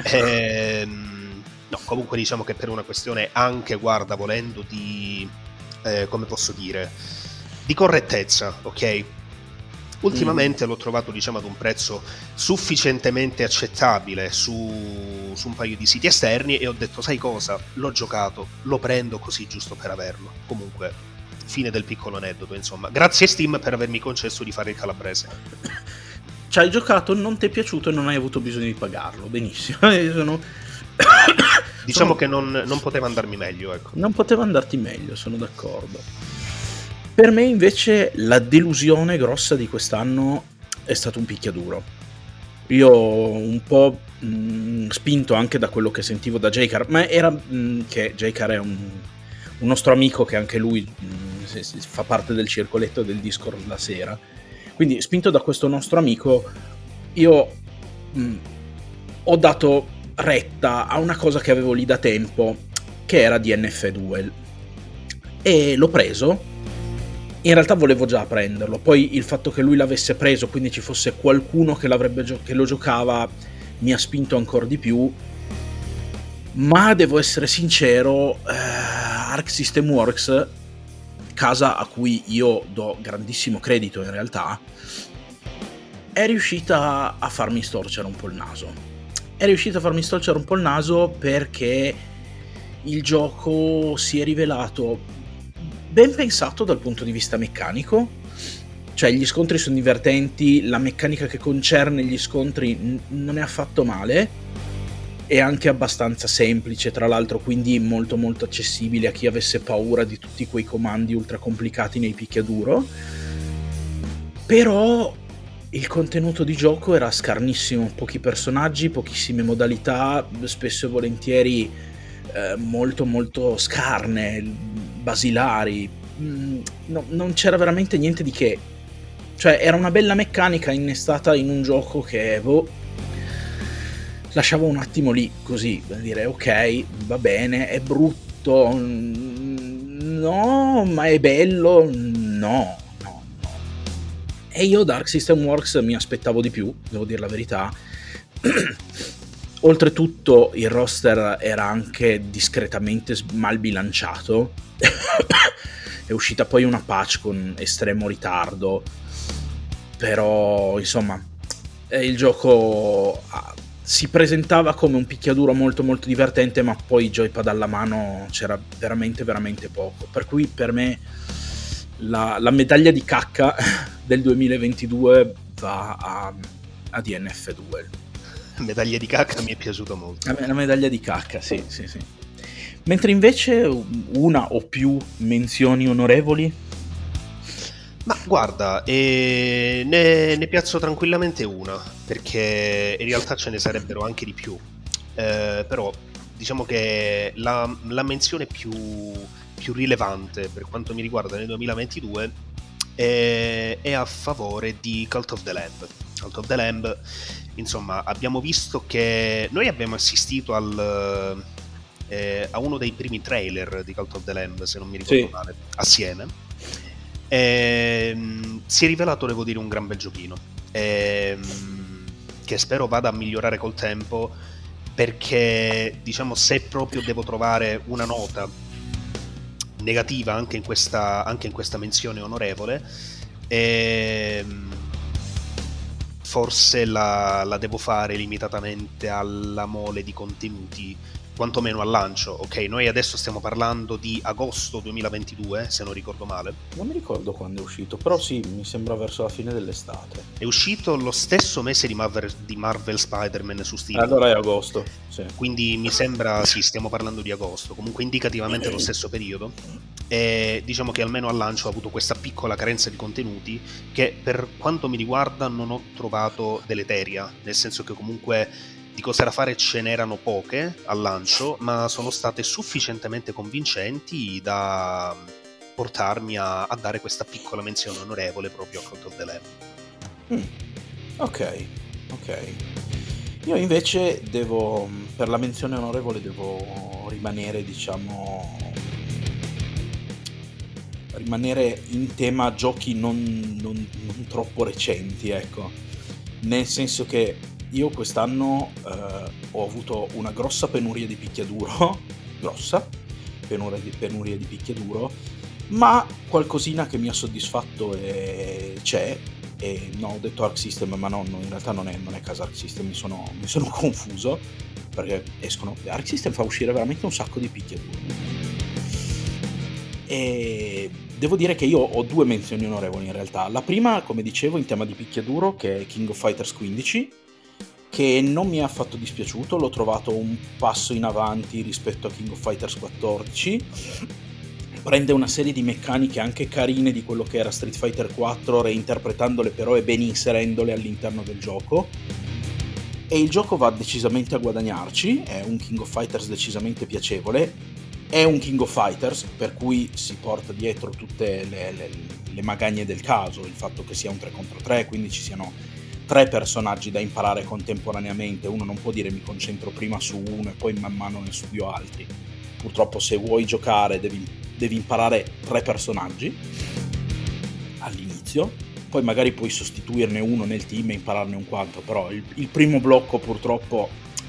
ehm, no, comunque diciamo che per una questione anche, guarda, volendo di eh, come posso dire, di correttezza, ok? Ultimamente mm. l'ho trovato, diciamo, ad un prezzo sufficientemente accettabile su, su un paio di siti esterni e ho detto, sai cosa? L'ho giocato, lo prendo così giusto per averlo. Comunque, fine del piccolo aneddoto, insomma. Grazie Steam per avermi concesso di fare il calabrese.
Ci hai giocato, non ti è piaciuto e non hai avuto bisogno di pagarlo. Benissimo. Sono...
diciamo
sono...
che non, non poteva andarmi meglio, ecco.
Non poteva andarti meglio, sono d'accordo. Per me invece la delusione grossa di quest'anno è stato un picchiaduro. Io un po' mh, spinto anche da quello che sentivo da J-Car, ma era mh, che J-Car è un, un nostro amico che anche lui mh, fa parte del circoletto del Discord la sera, quindi spinto da questo nostro amico io mh, ho dato retta a una cosa che avevo lì da tempo, che era D N F Duel, e l'ho preso. In realtà volevo già prenderlo, poi il fatto che lui l'avesse preso, quindi ci fosse qualcuno che, l'avrebbe gio- che lo giocava, mi ha spinto ancora di più. Ma devo essere sincero, eh, Arc System Works, casa a cui io do grandissimo credito in realtà, è riuscita a farmi storcere un po' il naso. È riuscita a farmi storcere un po' il naso perché il gioco si è rivelato ben pensato dal punto di vista meccanico, cioè gli scontri sono divertenti, la meccanica che concerne gli scontri n- non è affatto male, è anche abbastanza semplice tra l'altro, quindi molto molto accessibile a chi avesse paura di tutti quei comandi ultra complicati nei picchiaduro. Però il contenuto di gioco era scarnissimo, pochi personaggi, pochissime modalità, spesso e volentieri eh, molto molto scarne, basilari, no, non c'era veramente niente di che, cioè era una bella meccanica innestata in un gioco che boh, lasciavo un attimo lì così, per dire ok, va bene, è brutto, no, ma è bello, no, no, no. E io Dark System Works mi aspettavo di più, devo dire la verità. Oltretutto il roster era anche discretamente mal bilanciato. È uscita poi una patch con estremo ritardo, però insomma il gioco si presentava come un picchiaduro molto molto divertente, ma poi joypad alla mano c'era veramente veramente poco, per cui per me la, la medaglia di cacca del duemilaventidue va a, a D N F due.
Medaglia di cacca mi è piaciuto molto.
La, la medaglia di cacca, sì, sì, sì. Mentre invece una o più menzioni onorevoli?
Ma guarda, eh, ne, ne piazzo tranquillamente una, perché in realtà ce ne sarebbero anche di più. Eh, però diciamo che la, la menzione più, più rilevante per quanto mi riguarda nel duemilaventidue è, è a favore di Cult of the Lamb. Cult of the Lamb, insomma, abbiamo visto che noi abbiamo assistito al... Eh, a uno dei primi trailer di Cult of the Lamb, se non mi ricordo
sì.
male, assieme. Ehm, si è rivelato, devo dire, un gran bel giochino, ehm, che spero vada a migliorare col tempo, perché, diciamo, se proprio devo trovare una nota negativa anche in questa, anche in questa menzione onorevole, ehm, forse la, la devo fare limitatamente alla mole di contenuti, quantomeno al lancio. Ok, noi adesso stiamo parlando di agosto duemilaventidue, se non ricordo male.
Non mi ricordo quando è uscito, però sì, mi sembra verso la fine dell'estate.
È uscito lo stesso mese di Marvel, di Marvel Spider-Man su Steam.
Allora è agosto, sì.
Quindi mi sembra, sì, stiamo parlando di agosto, comunque indicativamente lo stesso periodo. E diciamo che almeno al lancio ho avuto questa piccola carenza di contenuti che, per quanto mi riguarda, non ho trovato deleteria, nel senso che comunque di cose da fare ce n'erano poche al lancio, ma sono state sufficientemente convincenti da portarmi a, a dare questa piccola menzione onorevole proprio a Cult of the Lamb.
Mm. Ok, ok. Io invece devo, per la menzione onorevole devo rimanere, diciamo, rimanere in tema giochi non, non, non troppo recenti, ecco. Nel senso che io quest'anno eh, ho avuto una grossa penuria di picchiaduro, grossa penuria di, penuria di picchiaduro, ma qualcosina che mi ha soddisfatto e c'è. E no, ho detto Arc System, ma no, no, in realtà non è, non è casa Arc System, mi sono, mi sono confuso, perché escono, Arc System fa uscire veramente un sacco di picchiaduro. E devo dire che io ho due menzioni onorevoli in realtà. La prima, come dicevo, in tema di picchiaduro, che è King of Fighters quindici, che non mi è affatto dispiaciuto, l'ho trovato un passo in avanti rispetto a King of Fighters quattordici. Prende una serie di meccaniche anche carine di quello che era Street Fighter quattro, reinterpretandole però e ben inserendole all'interno del gioco, e il gioco va decisamente a guadagnarci. È un King of Fighters decisamente piacevole, è un King of Fighters per cui si porta dietro tutte le, le, le magagne del caso, il fatto che sia un tre contro tre, quindi ci siano tre personaggi da imparare contemporaneamente. Uno non può dire mi concentro prima su uno e poi man mano ne studio altri. Purtroppo se vuoi giocare devi, devi imparare tre personaggi all'inizio, poi magari puoi sostituirne uno nel team e impararne un quarto, però il, il primo blocco purtroppo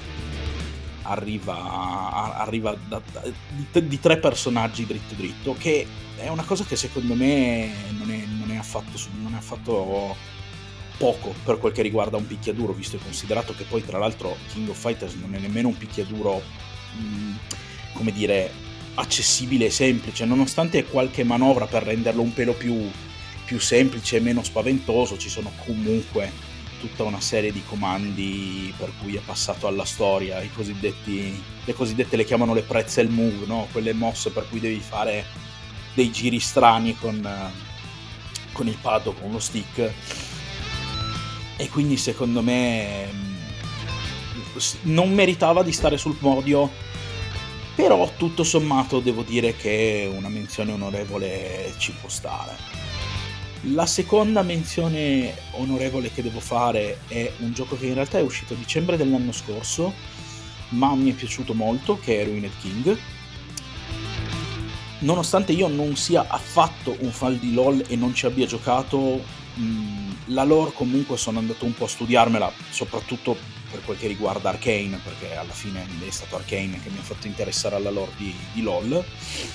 arriva, arriva da, da, di, di tre personaggi dritto dritto, che è una cosa che secondo me non è, non è affatto non è affatto poco per quel che riguarda un picchiaduro, visto e considerato che poi tra l'altro King of Fighters non è nemmeno un picchiaduro mh, come dire accessibile e semplice, nonostante qualche manovra per renderlo un pelo più, più semplice e meno spaventoso. Ci sono comunque tutta una serie di comandi per cui è passato alla storia, i cosiddetti, le cosiddette le chiamano le pretzel move, no? Quelle mosse per cui devi fare dei giri strani con, con il pad o con lo stick, e quindi secondo me non meritava di stare sul podio, però tutto sommato devo dire che una menzione onorevole ci può stare. La seconda menzione onorevole che devo fare è un gioco che in realtà è uscito a dicembre dell'anno scorso, ma mi è piaciuto molto, che è Ruined King. Nonostante io non sia affatto un fan di LoL e non ci abbia giocato, mh, la lore comunque sono andato un po' a studiarmela, soprattutto per quel che riguarda Arcane, perché alla fine è stato Arcane che mi ha fatto interessare alla lore di, di LoL.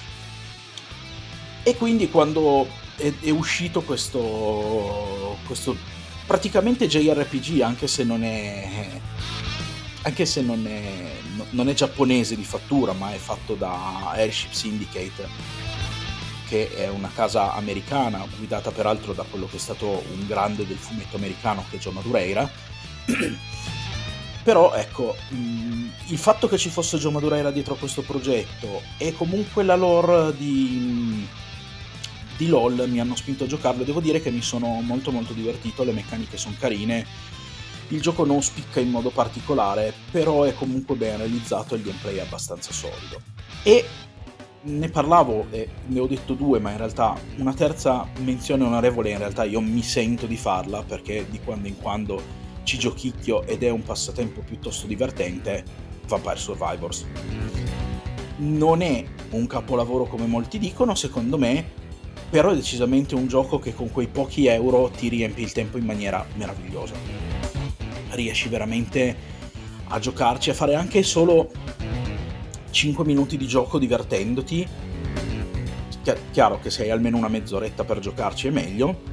E quindi quando è, è uscito questo, questo praticamente J R P G, anche se non è... anche se non è, non è giapponese di fattura, ma è fatto da Airship Syndicate, che è una casa americana, guidata peraltro da quello che è stato un grande del fumetto americano, che è Joe Madureira. Però ecco, mh, il fatto che ci fosse Joe Madureira dietro a questo progetto e comunque la lore di, di LoL mi hanno spinto a giocarlo, e devo dire che mi sono molto molto divertito, le meccaniche sono carine. Il gioco non spicca in modo particolare, però è comunque ben realizzato e il gameplay è abbastanza solido. E ne parlavo, e ne ho detto due, ma in realtà una terza menzione onorevole in realtà io mi sento di farla, perché di quando in quando ci giochicchio ed è un passatempo piuttosto divertente, Vampire Survivors. Non è un capolavoro come molti dicono, secondo me, però è decisamente un gioco che con quei pochi euro ti riempie il tempo in maniera meravigliosa. Riesci veramente a giocarci, a fare anche solo cinque minuti di gioco divertendoti. Chiaro che se hai almeno una mezz'oretta per giocarci è meglio,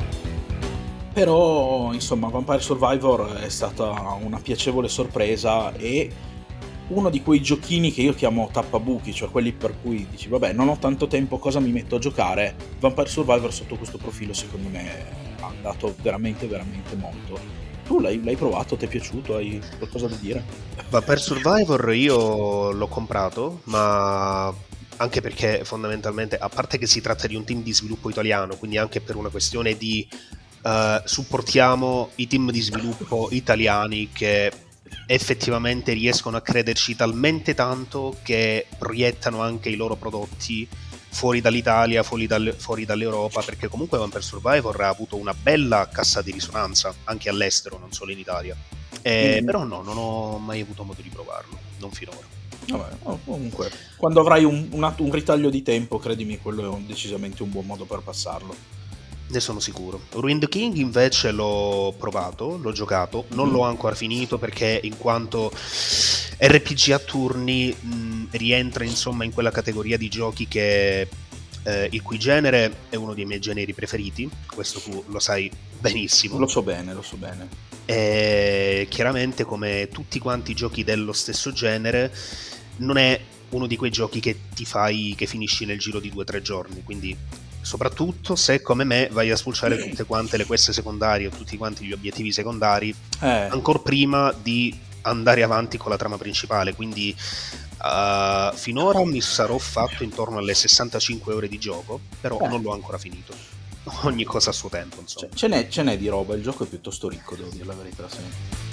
però insomma Vampire Survivor è stata una piacevole sorpresa e uno di quei giochini che io chiamo tappabuchi, cioè quelli per cui dici vabbè, non ho tanto tempo, cosa mi metto a giocare? Vampire Survivor sotto questo profilo secondo me ha dato veramente veramente molto. Tu l'hai, l'hai provato? Ti è piaciuto? Hai qualcosa da dire?
Vampire Survivor io l'ho comprato, ma anche perché fondamentalmente, a parte che si tratta di un team di sviluppo italiano, quindi anche per una questione di uh, supportiamo i team di sviluppo italiani che effettivamente riescono a crederci talmente tanto che proiettano anche i loro prodotti fuori dall'Italia, fuori, dal, fuori dall'Europa, perché comunque Vampire Survivor ha avuto una bella cassa di risonanza anche all'estero, non solo in Italia. Eh, mm. Però no, non ho mai avuto modo di provarlo, non finora.
Vabbè, oh, comunque, quando avrai un, un, un ritaglio di tempo, credimi, quello è un, decisamente un buon modo per passarlo.
Ne sono sicuro. Ruined King invece l'ho provato, l'ho giocato, non mm. l'ho ancora finito perché in quanto R P G a turni mh, rientra insomma in quella categoria di giochi che eh, il cui genere è uno dei miei generi preferiti, questo tu lo sai benissimo.
Lo so bene, lo so bene.
E chiaramente, come tutti quanti i giochi dello stesso genere, non è uno di quei giochi che ti fai, che finisci nel giro di due o tre giorni, quindi soprattutto se come me vai a spulciare tutte quante le quest secondarie o tutti quanti gli obiettivi secondari eh. ancora prima di andare avanti con la trama principale, quindi uh, finora mi sarò fatto intorno alle sessantacinque ore di gioco, però eh. non l'ho ancora finito. Ogni cosa a suo tempo, insomma.
Ce n'è, ce n'è di roba, il gioco è piuttosto ricco, devo dire la verità, sì.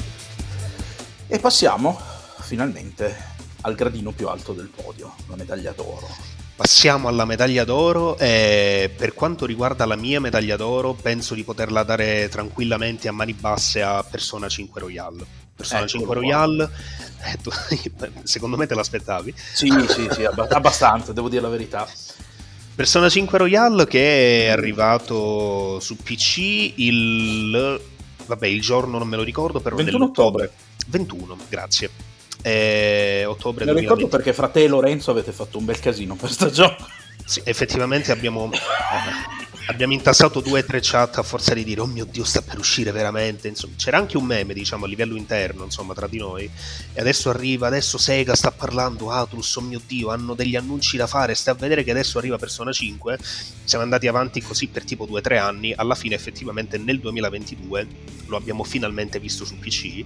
E passiamo finalmente al gradino più alto del podio, la medaglia d'oro.
Passiamo alla medaglia d'oro e per quanto riguarda la mia medaglia d'oro penso di poterla dare tranquillamente a mani basse a Persona cinque Royal. Persona
Eccolo
cinque Royal, eh, tu, secondo me te l'aspettavi?
Sì, sì, sì, abbastanza, devo dire la verità.
Persona cinque Royal che è arrivato su P C il, vabbè, il giorno non me lo ricordo, però
ventuno ottobre.
ventuno, grazie. Eh, ottobre
me lo ricordo perché fra te e Lorenzo avete fatto un bel casino per sta gioco.
Sì, effettivamente abbiamo abbiamo intassato due o tre chat a forza di dire oh mio Dio, sta per uscire veramente, insomma, c'era anche un meme, diciamo, a livello interno, insomma, tra di noi, e adesso arriva, adesso Sega sta parlando, Atlus, oh mio Dio, hanno degli annunci da fare, stai a vedere che adesso arriva Persona cinque. Siamo andati avanti così per tipo due o tre anni, alla fine effettivamente nel duemilaventidue lo abbiamo finalmente visto su P C.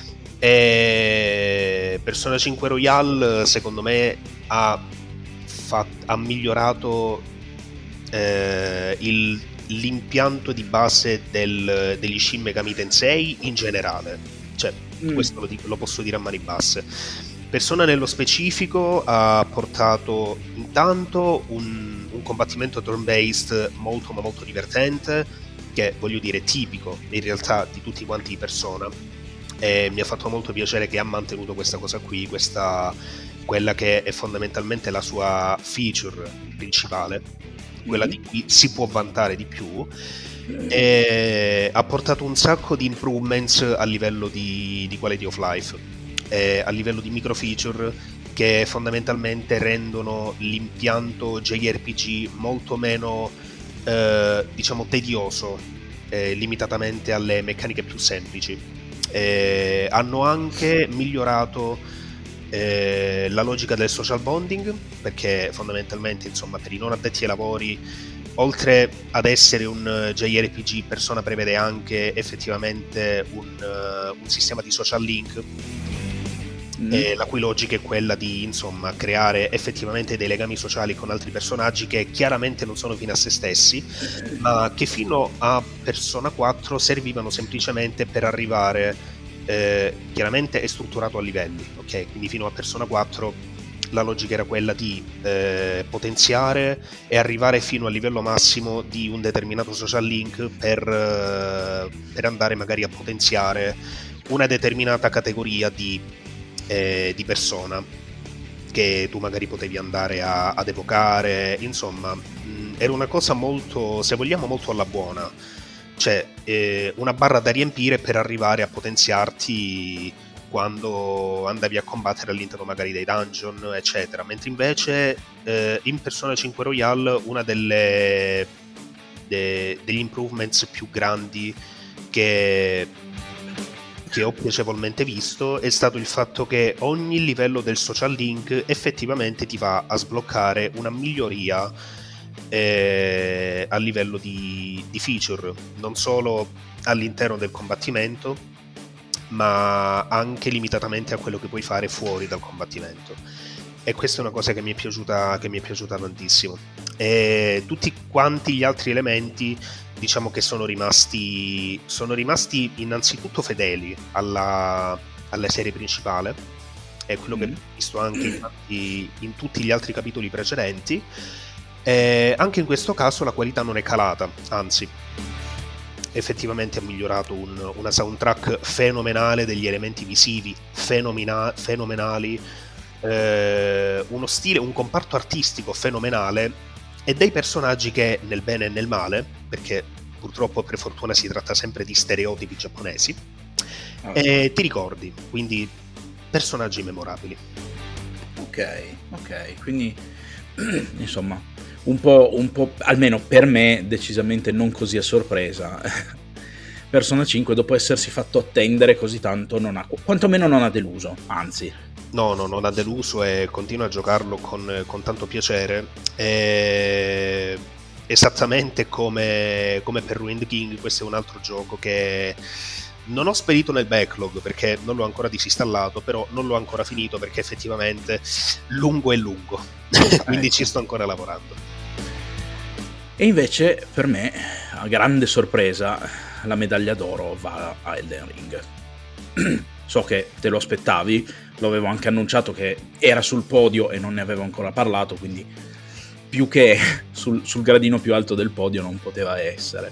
E Persona cinque Royal secondo me ha, fatto, ha migliorato eh, il, l'impianto di base del, degli Shin Megami Tensei in generale, cioè mm. questo lo, dico, lo posso dire a mani basse. Persona nello specifico ha portato intanto un, un combattimento turn-based molto ma molto divertente, che voglio dire tipico in realtà di tutti quanti i Persona, e mi ha fatto molto piacere che ha mantenuto questa cosa qui, questa, quella che è fondamentalmente la sua feature principale, quella mm-hmm. di cui si può vantare di più, e ha portato un sacco di improvements a livello di, di quality of life, e a livello di micro feature che fondamentalmente rendono l'impianto J R P G molto meno eh, diciamo tedioso, eh, limitatamente alle meccaniche più semplici. Eh, hanno anche migliorato eh, la logica del social bonding, perché fondamentalmente, insomma, per i non addetti ai lavori, oltre ad essere un J R P G, Persona prevede anche effettivamente un, uh, un sistema di social link, mm. eh, la cui logica è quella di, insomma, creare effettivamente dei legami sociali con altri personaggi che chiaramente non sono fine a se stessi, ma che fino a Persona quattro servivano semplicemente per arrivare, eh, chiaramente è strutturato a livelli, ok? Quindi fino a Persona quattro la logica era quella di eh, potenziare e arrivare fino al livello massimo di un determinato social link per, eh, per andare magari a potenziare una determinata categoria di, eh, di persona che tu magari potevi andare a, ad evocare. Insomma, mh, era una cosa molto, se vogliamo, molto alla buona, cioè eh, una barra da riempire per arrivare a potenziarti quando andavi a combattere all'interno magari dei dungeon, eccetera. Mentre invece eh, in Persona cinque Royal una delle de, degli improvements più grandi che, che ho piacevolmente visto è stato il fatto che ogni livello del social link effettivamente ti va a sbloccare una miglioria eh, a livello di, di feature, non solo all'interno del combattimento, ma anche limitatamente a quello che puoi fare fuori dal combattimento. E questa è una cosa che mi è piaciuta, che mi è piaciuta tantissimo. E tutti quanti gli altri elementi, diciamo che sono rimasti sono rimasti innanzitutto fedeli alla, alla serie principale, è quello mm. che ho visto anche in, in tutti gli altri capitoli precedenti. E anche in questo caso la qualità non è calata, anzi effettivamente ha migliorato un, una soundtrack fenomenale, degli elementi visivi fenomena- fenomenali, eh, uno stile, un comparto artistico fenomenale e dei personaggi che nel bene e nel male, perché purtroppo per fortuna si tratta sempre di stereotipi giapponesi, oh. e ti ricordi, quindi personaggi memorabili.
Ok, ok, quindi insomma un po', un po', almeno per me, decisamente non così a sorpresa. Persona cinque, dopo essersi fatto attendere così tanto, non ha, quantomeno non ha deluso, anzi.
No, no, non ha deluso e continua a giocarlo con, con tanto piacere. E esattamente come, come per Ruined King, questo è un altro gioco che non ho spedito nel backlog perché non l'ho ancora disinstallato, però non l'ho ancora finito perché effettivamente lungo è lungo, quindi ecco. Ci sto ancora lavorando.
E invece per me, a grande sorpresa, la medaglia d'oro va a Elden Ring. So che te lo aspettavi, lo avevo anche annunciato che era sul podio e non ne avevo ancora parlato, quindi più che sul, sul gradino più alto del podio non poteva essere.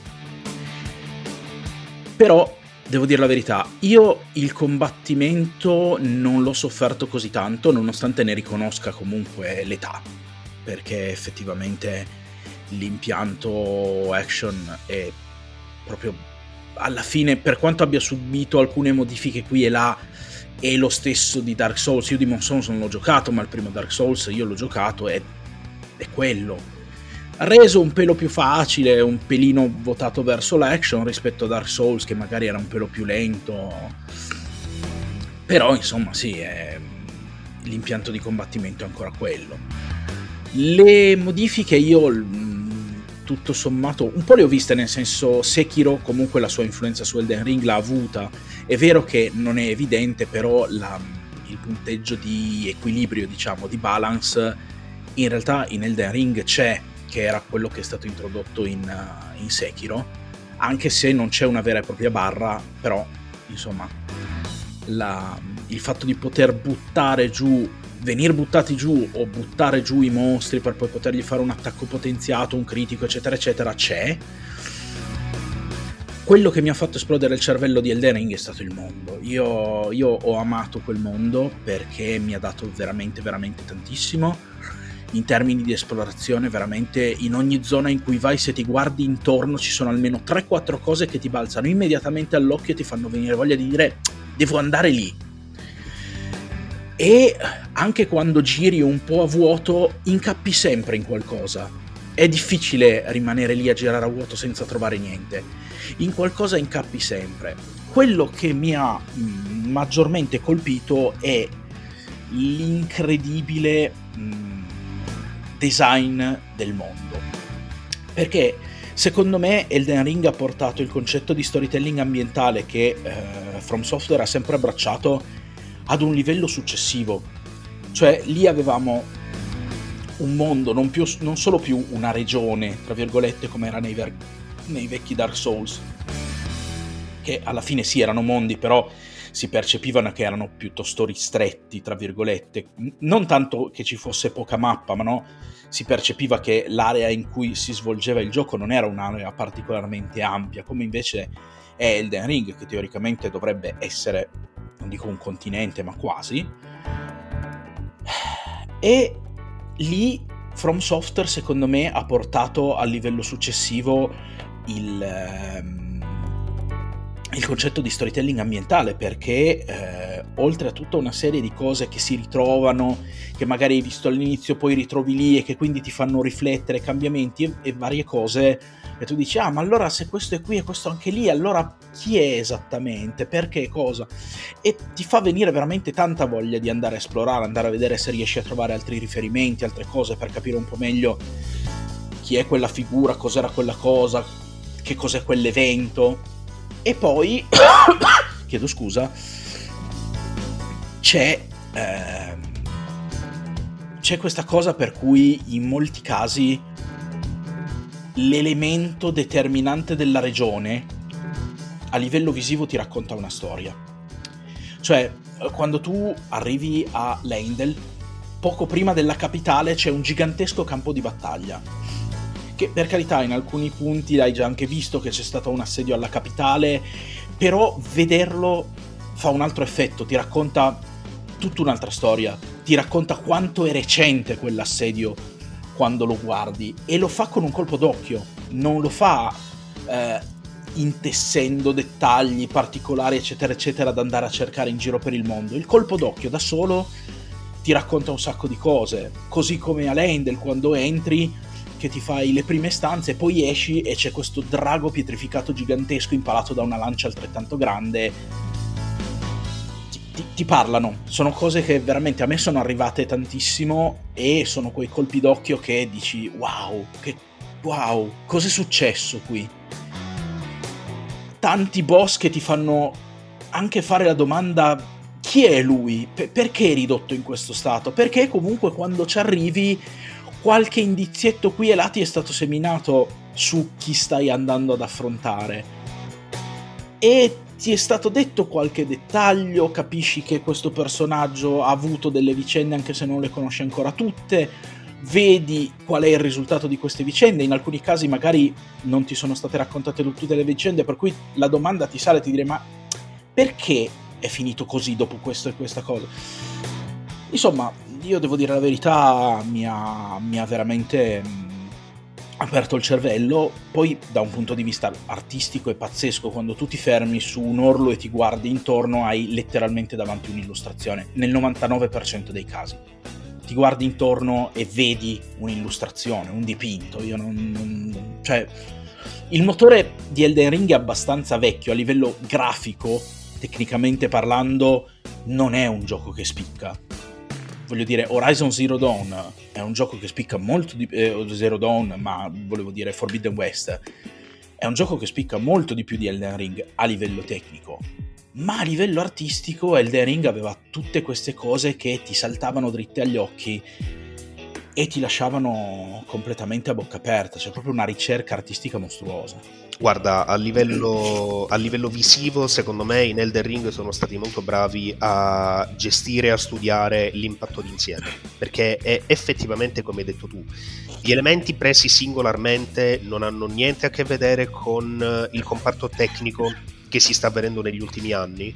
Però devo dire la verità, io il combattimento non l'ho sofferto così tanto, nonostante ne riconosca comunque l'età, perché effettivamente l'impianto action è proprio, alla fine, per quanto abbia subito alcune modifiche qui e là, è lo stesso di Dark Souls. Io Demon Souls non l'ho giocato, ma il primo Dark Souls io l'ho giocato e è quello. Reso un pelo più facile, un pelino votato verso l'action rispetto a Dark Souls che magari era un pelo più lento, però insomma sì, è... l'impianto di combattimento è ancora quello. Le modifiche io tutto sommato un po' le ho viste, nel senso Sekiro comunque la sua influenza su Elden Ring l'ha avuta, è vero che non è evidente, però la, il punteggio di equilibrio, diciamo, di balance in realtà in Elden Ring c'è, che era quello che è stato introdotto in, uh, in Sekiro, anche se non c'è una vera e propria barra, però insomma la, il fatto di poter buttare giù venire buttati giù o buttare giù i mostri per poi potergli fare un attacco potenziato, un critico, eccetera eccetera, c'è. Quello che mi ha fatto esplodere il cervello di Elden Ring è stato il mondo. Io, io ho amato quel mondo perché mi ha dato veramente veramente tantissimo in termini di esplorazione. Veramente in ogni zona in cui vai, se ti guardi intorno, ci sono almeno tre quattro cose che ti balzano immediatamente all'occhio e ti fanno venire voglia di dire devo andare lì. E anche quando giri un po' a vuoto incappi sempre in qualcosa. È difficile rimanere lì a girare a vuoto senza trovare niente. In qualcosa incappi sempre. Quello che mi ha mh, maggiormente colpito è l'incredibile mh, design del mondo, perché secondo me Elden Ring ha portato il concetto di storytelling ambientale che eh, From Software ha sempre abbracciato ad un livello successivo. Cioè lì avevamo un mondo, non, più, non solo più una regione, tra virgolette, come era nei, ver- nei vecchi Dark Souls, che alla fine sì erano mondi, però si percepivano che erano piuttosto ristretti, tra virgolette. Non tanto che ci fosse poca mappa, ma no, si percepiva che l'area in cui si svolgeva il gioco non era un'area particolarmente ampia, come invece è Elden Ring, che teoricamente dovrebbe essere, non dico un continente, ma quasi. E lì From Software, secondo me, ha portato al livello successivo il... Ehm, il concetto di storytelling ambientale, perché eh, oltre a tutta una serie di cose che si ritrovano, che magari hai visto all'inizio, poi ritrovi lì e che quindi ti fanno riflettere, cambiamenti e, e varie cose, e tu dici ah ma allora se questo è qui e questo anche lì, allora chi è esattamente, perché, cosa, e ti fa venire veramente tanta voglia di andare a esplorare, andare a vedere se riesci a trovare altri riferimenti, altre cose, per capire un po' meglio chi è quella figura, cos'era quella cosa, che cos'è quell'evento. E poi, chiedo scusa, c'è, eh, c'è questa cosa per cui in molti casi l'elemento determinante della regione a livello visivo ti racconta una storia. Cioè, quando tu arrivi a Leyndell, poco prima della capitale c'è un gigantesco campo di battaglia, che per carità in alcuni punti hai già anche visto che c'è stato un assedio alla capitale, però vederlo fa un altro effetto, ti racconta tutta un'altra storia, ti racconta quanto è recente quell'assedio quando lo guardi, e lo fa con un colpo d'occhio, non lo fa eh, intessendo dettagli particolari eccetera eccetera da andare a cercare in giro per il mondo. Il colpo d'occhio da solo ti racconta un sacco di cose, così come a Leyndell quando entri che ti fai le prime stanze e poi esci e c'è questo drago pietrificato gigantesco impalato da una lancia altrettanto grande. Ti, ti, ti parlano, sono cose che veramente a me sono arrivate tantissimo e sono quei colpi d'occhio che dici wow, che wow, cos'è successo qui? Tanti boss che ti fanno anche fare la domanda chi è lui? P- perché è ridotto in questo stato? Perché comunque quando ci arrivi qualche indizietto qui e là ti è stato seminato su chi stai andando ad affrontare e ti è stato detto qualche dettaglio, capisci che questo personaggio ha avuto delle vicende anche se non le conosci ancora tutte, vedi qual è il risultato di queste vicende, in alcuni casi magari non ti sono state raccontate tutte le vicende, per cui la domanda ti sale, ti dire ma perché è finito così dopo questo e questa cosa? Insomma, io devo dire la verità, mi ha, mi ha veramente mh, aperto il cervello. Poi da un punto di vista artistico è pazzesco, quando tu ti fermi su un orlo e ti guardi intorno hai letteralmente davanti un'illustrazione, nel novantanove per cento dei casi. Ti guardi intorno e vedi un'illustrazione, un dipinto. Io non, non cioè il motore di Elden Ring è abbastanza vecchio, a livello grafico, tecnicamente parlando, non è un gioco che spicca. Voglio dire, Horizon Zero Dawn è un gioco che spicca molto di eh, Zero Dawn, ma volevo dire Forbidden West è un gioco che spicca molto di più di Elden Ring a livello tecnico, ma a livello artistico Elden Ring aveva tutte queste cose che ti saltavano dritte agli occhi e ti lasciavano completamente a bocca aperta, c'è proprio una ricerca artistica mostruosa.
Guarda, a livello, a livello visivo, secondo me in Elden Ring sono stati molto bravi a gestire e a studiare l'impatto d'insieme, perché è effettivamente come hai detto tu, gli elementi presi singolarmente non hanno niente a che vedere con il comparto tecnico che si sta avvenendo negli ultimi anni,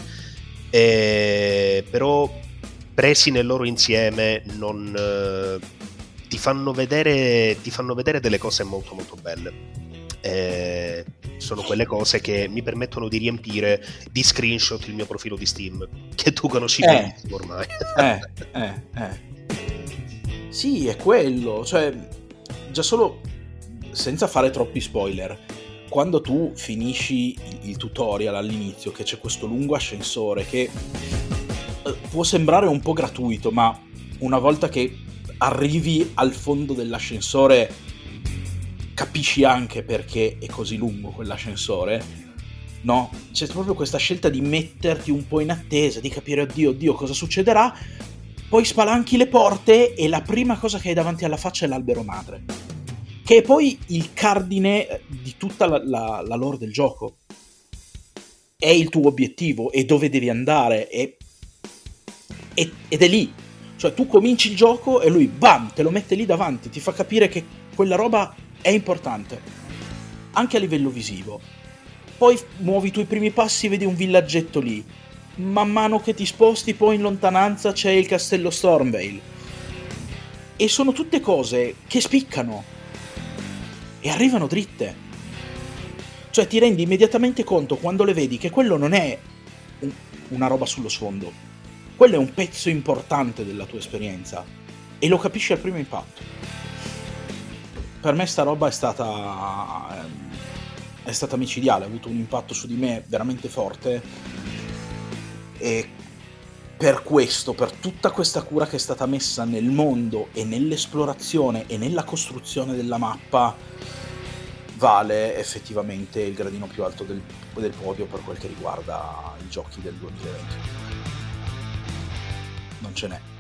eh, però presi nel loro insieme non, eh, ti fanno vedere, ti fanno vedere delle cose molto molto belle. Eh, sono quelle cose che mi permettono di riempire di screenshot il mio profilo di Steam, che tu conosci
eh,
benissimo ormai.
eh, eh, eh. Sì, è quello, cioè già solo, senza fare troppi spoiler, quando tu finisci il, il tutorial all'inizio, che c'è questo lungo ascensore che eh, può sembrare un po' gratuito, ma una volta che arrivi al fondo dell'ascensore capisci anche perché è così lungo quell'ascensore, no? C'è proprio questa scelta di metterti un po' in attesa, di capire oddio, oddio cosa succederà, poi spalanchi le porte e la prima cosa che hai davanti alla faccia è l'albero madre, che è poi il cardine di tutta la, la, la lore del gioco. È il tuo obiettivo, è dove devi andare, è, è, ed è lì. Cioè tu cominci il gioco e lui bam, te lo mette lì davanti, ti fa capire che quella roba è importante, anche a livello visivo. Poi muovi i tuoi primi passi, vedi un villaggetto lì, man mano che ti sposti poi in lontananza c'è il castello Stormveil, e sono tutte cose che spiccano e arrivano dritte. Cioè ti rendi immediatamente conto quando le vedi che quello non è un, una roba sullo sfondo, quello è un pezzo importante della tua esperienza e lo capisci al primo impatto. Per me sta roba è stata è stata micidiale, ha avuto un impatto su di me veramente forte, e per questo, per tutta questa cura che è stata messa nel mondo e nell'esplorazione e nella costruzione della mappa, vale effettivamente il gradino più alto del, del podio per quel che riguarda i giochi del duemilaventi. Non ce n'è.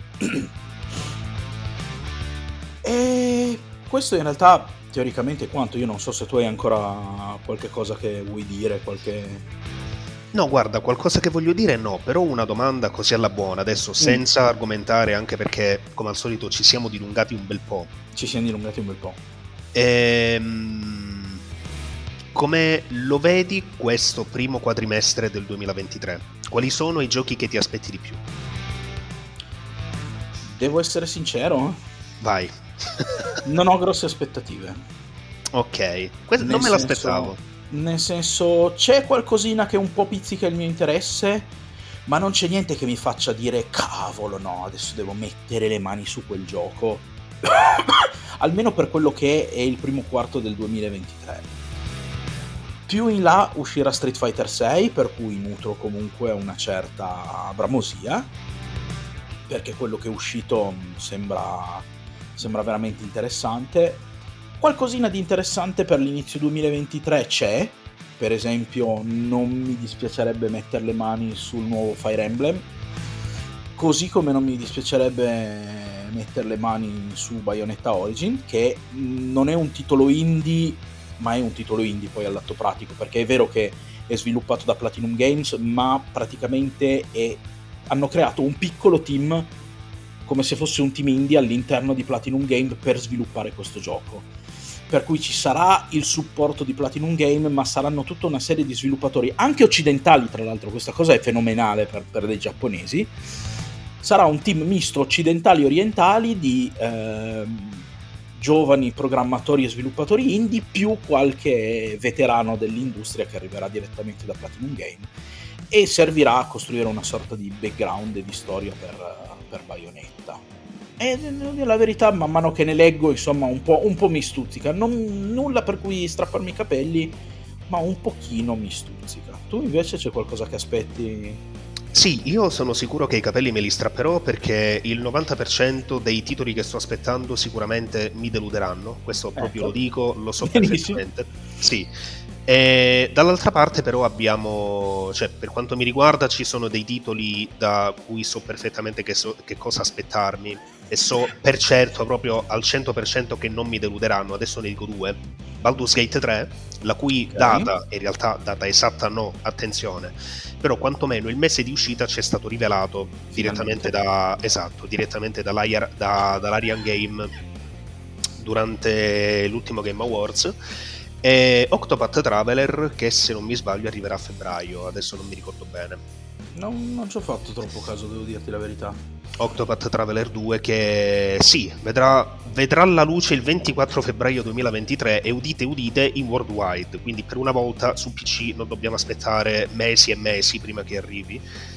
E questo in realtà teoricamente è quanto. Io non so se tu hai ancora qualche cosa che vuoi dire, qualche...
No, guarda, qualcosa che voglio dire no, però una domanda così alla buona, adesso senza mm. argomentare, anche perché come al solito ci siamo dilungati un bel po'.
Ci siamo dilungati un bel po'.
Ehm, come lo vedi questo primo quadrimestre del duemilaventitré? Quali sono i giochi che ti aspetti di più?
Devo essere sincero?
Vai.
Non ho grosse aspettative.
Ok, questo non me
senso,
l'aspettavo.
Nel senso, c'è qualcosina che un po' pizzica il mio interesse, ma non c'è niente che mi faccia dire cavolo no, adesso devo mettere le mani su quel gioco. Almeno per quello che è il primo quarto del duemilaventitré. Più in là uscirà Street Fighter sei, per cui nutro comunque una certa bramosia, perché quello che è uscito sembra, sembra veramente interessante. Qualcosina di interessante per l'inizio duemilaventitré c'è, per esempio non mi dispiacerebbe mettere le mani sul nuovo Fire Emblem, così come non mi dispiacerebbe mettere le mani su Bayonetta Origin, che non è un titolo indie, ma è un titolo indie poi all'atto pratico, perché è vero che è sviluppato da Platinum Games, ma praticamente è, hanno creato un piccolo team, come se fosse un team indie all'interno di Platinum Games per sviluppare questo gioco. Per cui ci sarà il supporto di Platinum Game, ma saranno tutta una serie di sviluppatori, anche occidentali tra l'altro, questa cosa è fenomenale per, per dei giapponesi. Sarà un team misto occidentali-orientali di eh, giovani programmatori e sviluppatori indie, più qualche veterano dell'industria che arriverà direttamente da Platinum Game, e servirà a costruire una sorta di background e di storia per, per Bayonetta. E devo dire la verità, man mano che ne leggo, insomma, un po', un po' mi stuzzica. Non, nulla per cui strapparmi i capelli, ma un pochino mi stuzzica. Tu invece c'è qualcosa che aspetti?
Sì, io sono sicuro che i capelli me li strapperò, perché il novanta per cento dei titoli che sto aspettando sicuramente mi deluderanno. Questo proprio ecco. Lo dico, lo so perfettamente. Sì. E dall'altra parte però abbiamo, cioè per quanto mi riguarda ci sono dei titoli da cui so perfettamente che, so, che cosa aspettarmi e so per certo proprio al cento per cento che non mi deluderanno. Adesso ne dico due: Baldur's Gate tre, la cui okay. data, in realtà data esatta no, attenzione, però quantomeno il mese di uscita ci è stato rivelato direttamente da, esatto, direttamente dall'Arian, da, dall'Arian Game durante l'ultimo Game Awards, e Octopath Traveler, che se non mi sbaglio arriverà a febbraio, adesso non mi ricordo bene.
Non, non ci ho fatto troppo caso, devo dirti la verità.
Octopath Traveler due, che sì, vedrà, vedrà la luce il ventiquattro febbraio duemilaventitré, e udite udite in worldwide, quindi per una volta su P C non dobbiamo aspettare mesi e mesi prima che arrivi.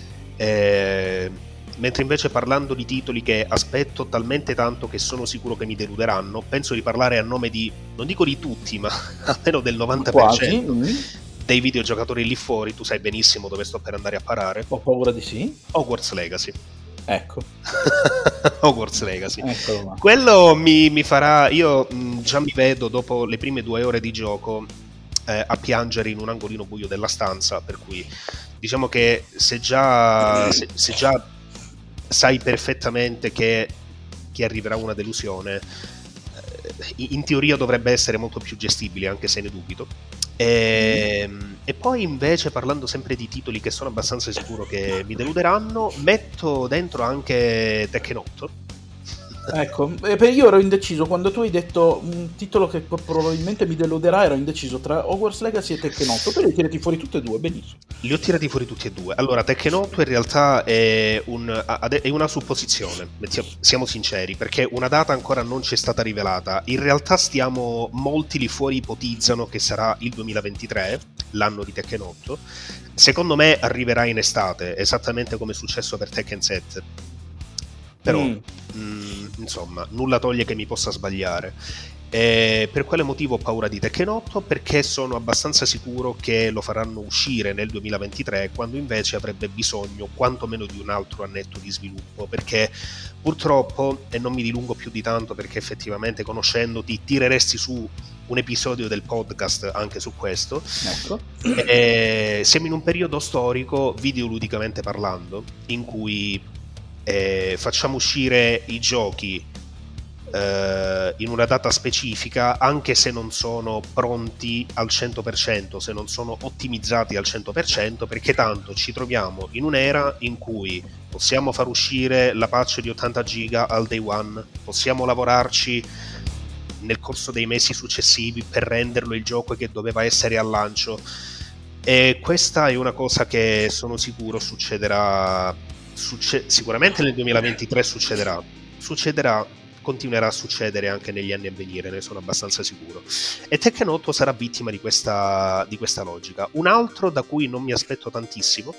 Eh, mentre invece parlando di titoli che aspetto talmente tanto che sono sicuro che mi deluderanno, penso di parlare a nome di, non dico di tutti, ma almeno del novanta per cento
Quasi.
dei videogiocatori lì fuori. Tu sai benissimo dove sto per andare a parare.
Ho paura di sì.
Hogwarts Legacy.
Ecco.
Hogwarts Legacy.
Eccolo.
Quello mi, mi farà, io mh, già mi vedo dopo le prime due ore di gioco eh, a piangere in un angolino buio della stanza, per cui diciamo che se già se, se già sai perfettamente che, che arriverà una delusione, eh, in teoria dovrebbe essere molto più gestibile, anche se ne dubito. E, mm. e poi invece, parlando sempre di titoli che sono abbastanza sicuro che mi deluderanno, metto dentro anche Tekken otto.
Ecco, io ero indeciso quando tu hai detto un titolo che probabilmente mi deluderà, ero indeciso tra Hogwarts Legacy e Tekken otto, però li hai tirati fuori tutti e due, benissimo.
Li ho tirati fuori tutti e due. Allora, Tekken otto in realtà è, un, è una supposizione, siamo sinceri, perché una data ancora non ci è stata rivelata. In realtà stiamo, molti lì fuori ipotizzano che sarà il duemilaventitré, l'anno di Tekken otto. Secondo me arriverà in estate, esattamente come è successo per Tekken sette. Però, mm. mh, insomma, nulla toglie che mi possa sbagliare. E per quale motivo ho paura di Tekken otto? Perché sono abbastanza sicuro che lo faranno uscire nel duemilaventitré, quando invece avrebbe bisogno quantomeno di un altro annetto di sviluppo, perché purtroppo, e non mi dilungo più di tanto perché effettivamente conoscendoti tireresti su un episodio del podcast anche su questo,
ecco.
E siamo in un periodo storico, videoludicamente parlando, in cui Eh, facciamo uscire i giochi eh, in una data specifica, anche se non sono pronti al cento per cento, se non sono ottimizzati al cento per cento, perché tanto ci troviamo in un'era in cui possiamo far uscire la patch di ottanta giga al day one, possiamo lavorarci nel corso dei mesi successivi per renderlo il gioco che doveva essere al lancio, e questa è una cosa che sono sicuro succederà. Succe- sicuramente nel duemilaventitré succederà, succederà, continuerà a succedere anche negli anni a venire, ne sono abbastanza sicuro. E Tekken otto sarà vittima di questa, di questa logica. Un altro da cui non mi aspetto tantissimo,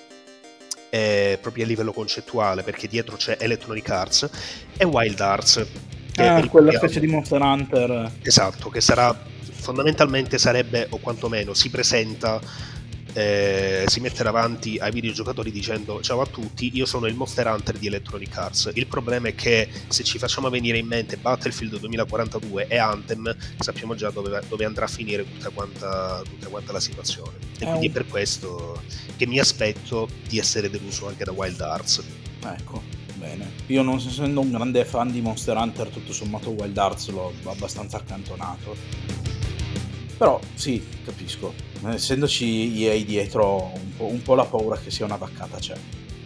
è proprio a livello concettuale, perché dietro c'è Electronic Arts, è Wild Arts.
Che ah, quella specie di Monster Hunter.
Esatto, che sarà fondamentalmente sarebbe, o quantomeno si presenta, Eh, si mette davanti ai videogiocatori dicendo: ciao a tutti, io sono il Monster Hunter di Electronic Arts. Il problema è che se ci facciamo venire in mente Battlefield duemilaquarantadue e Anthem, sappiamo già dove, dove andrà a finire tutta quanta, tutta quanta la situazione, e eh, quindi è per questo che mi aspetto di essere deluso anche da Wild Arts.
Ecco, bene. Io, non essendo un grande fan di Monster Hunter, tutto sommato Wild Arts l'ho abbastanza accantonato. Però sì, capisco, essendoci E A dietro, un po', un po' la paura che sia una vaccata c'è.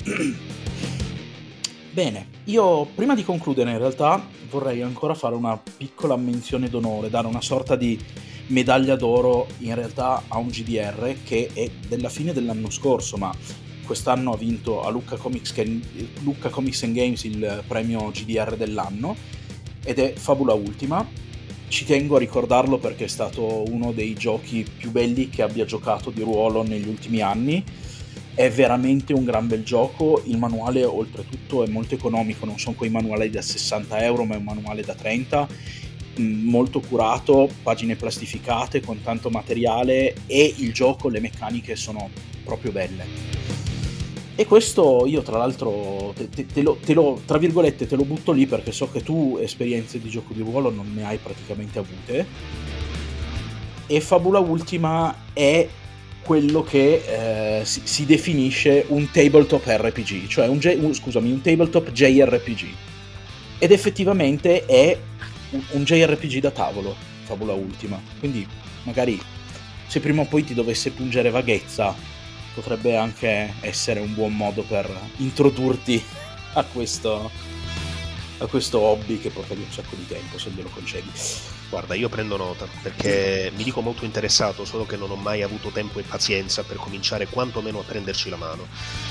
Bene, io prima di concludere in realtà vorrei ancora fare una piccola menzione d'onore, dare una sorta di medaglia d'oro in realtà a un G D R che è della fine dell'anno scorso, ma quest'anno ha vinto a Lucca Comics, Lucca Comics and Games il premio G D R dell'anno, ed è Fabula Ultima. Ci tengo a ricordarlo perché è stato uno dei giochi più belli che abbia giocato di ruolo negli ultimi anni. È veramente un gran bel gioco. Il manuale oltretutto è molto economico, non sono quei manuali da sessanta euro, ma è un manuale da trenta, molto curato, pagine plastificate con tanto materiale, e il gioco, le meccaniche sono proprio belle. E questo io tra l'altro te, te, te, lo, te lo, tra virgolette, te lo butto lì perché so che tu esperienze di gioco di ruolo non ne hai praticamente avute. e Fabula Ultima è quello che eh, si, si definisce un tabletop R P G, cioè un, J, un, scusami, un tabletop J R P G, ed effettivamente è un, un J R P G da tavolo, Fabula Ultima, quindi magari se prima o poi ti dovesse pungere vaghezza potrebbe anche essere un buon modo per introdurti a questo, a questo hobby che porta via un sacco di tempo, se glielo concedi.
Guarda, io prendo nota, perché mi dico molto interessato, solo che non ho mai avuto tempo e pazienza per cominciare quantomeno a prenderci la mano.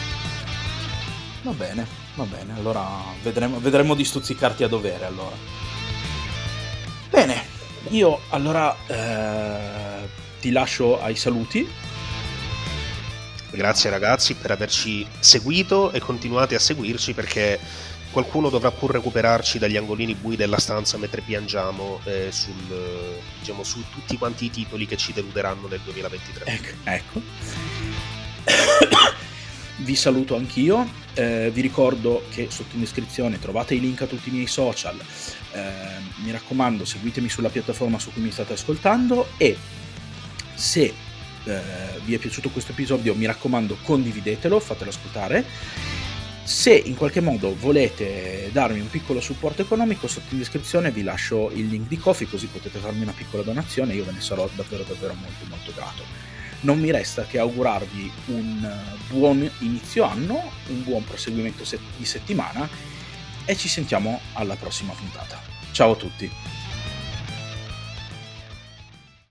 Va bene, va bene, allora vedremo, vedremo di stuzzicarti a dovere, allora. Bene, io allora eh, ti lascio ai saluti.
Grazie ragazzi per averci seguito e continuate a seguirci, perché qualcuno dovrà pur recuperarci dagli angolini bui della stanza mentre piangiamo eh, sul, diciamo, su tutti quanti i titoli che ci deluderanno nel duemilaventitré.
Ecco, ecco. Vi saluto anch'io, eh, vi ricordo che sotto in descrizione trovate i link a tutti i miei social, eh, mi raccomando seguitemi sulla piattaforma su cui mi state ascoltando, e se eh, vi è piaciuto questo episodio mi raccomando condividetelo, fatelo ascoltare. Se in qualche modo volete darmi un piccolo supporto economico, sotto in descrizione vi lascio il link di Ko-fi, così potete farmi una piccola donazione, io ve ne sarò davvero davvero molto molto grato. Non mi resta che augurarvi un buon inizio anno, un buon proseguimento di settimana, e ci sentiamo alla prossima puntata. Ciao a tutti!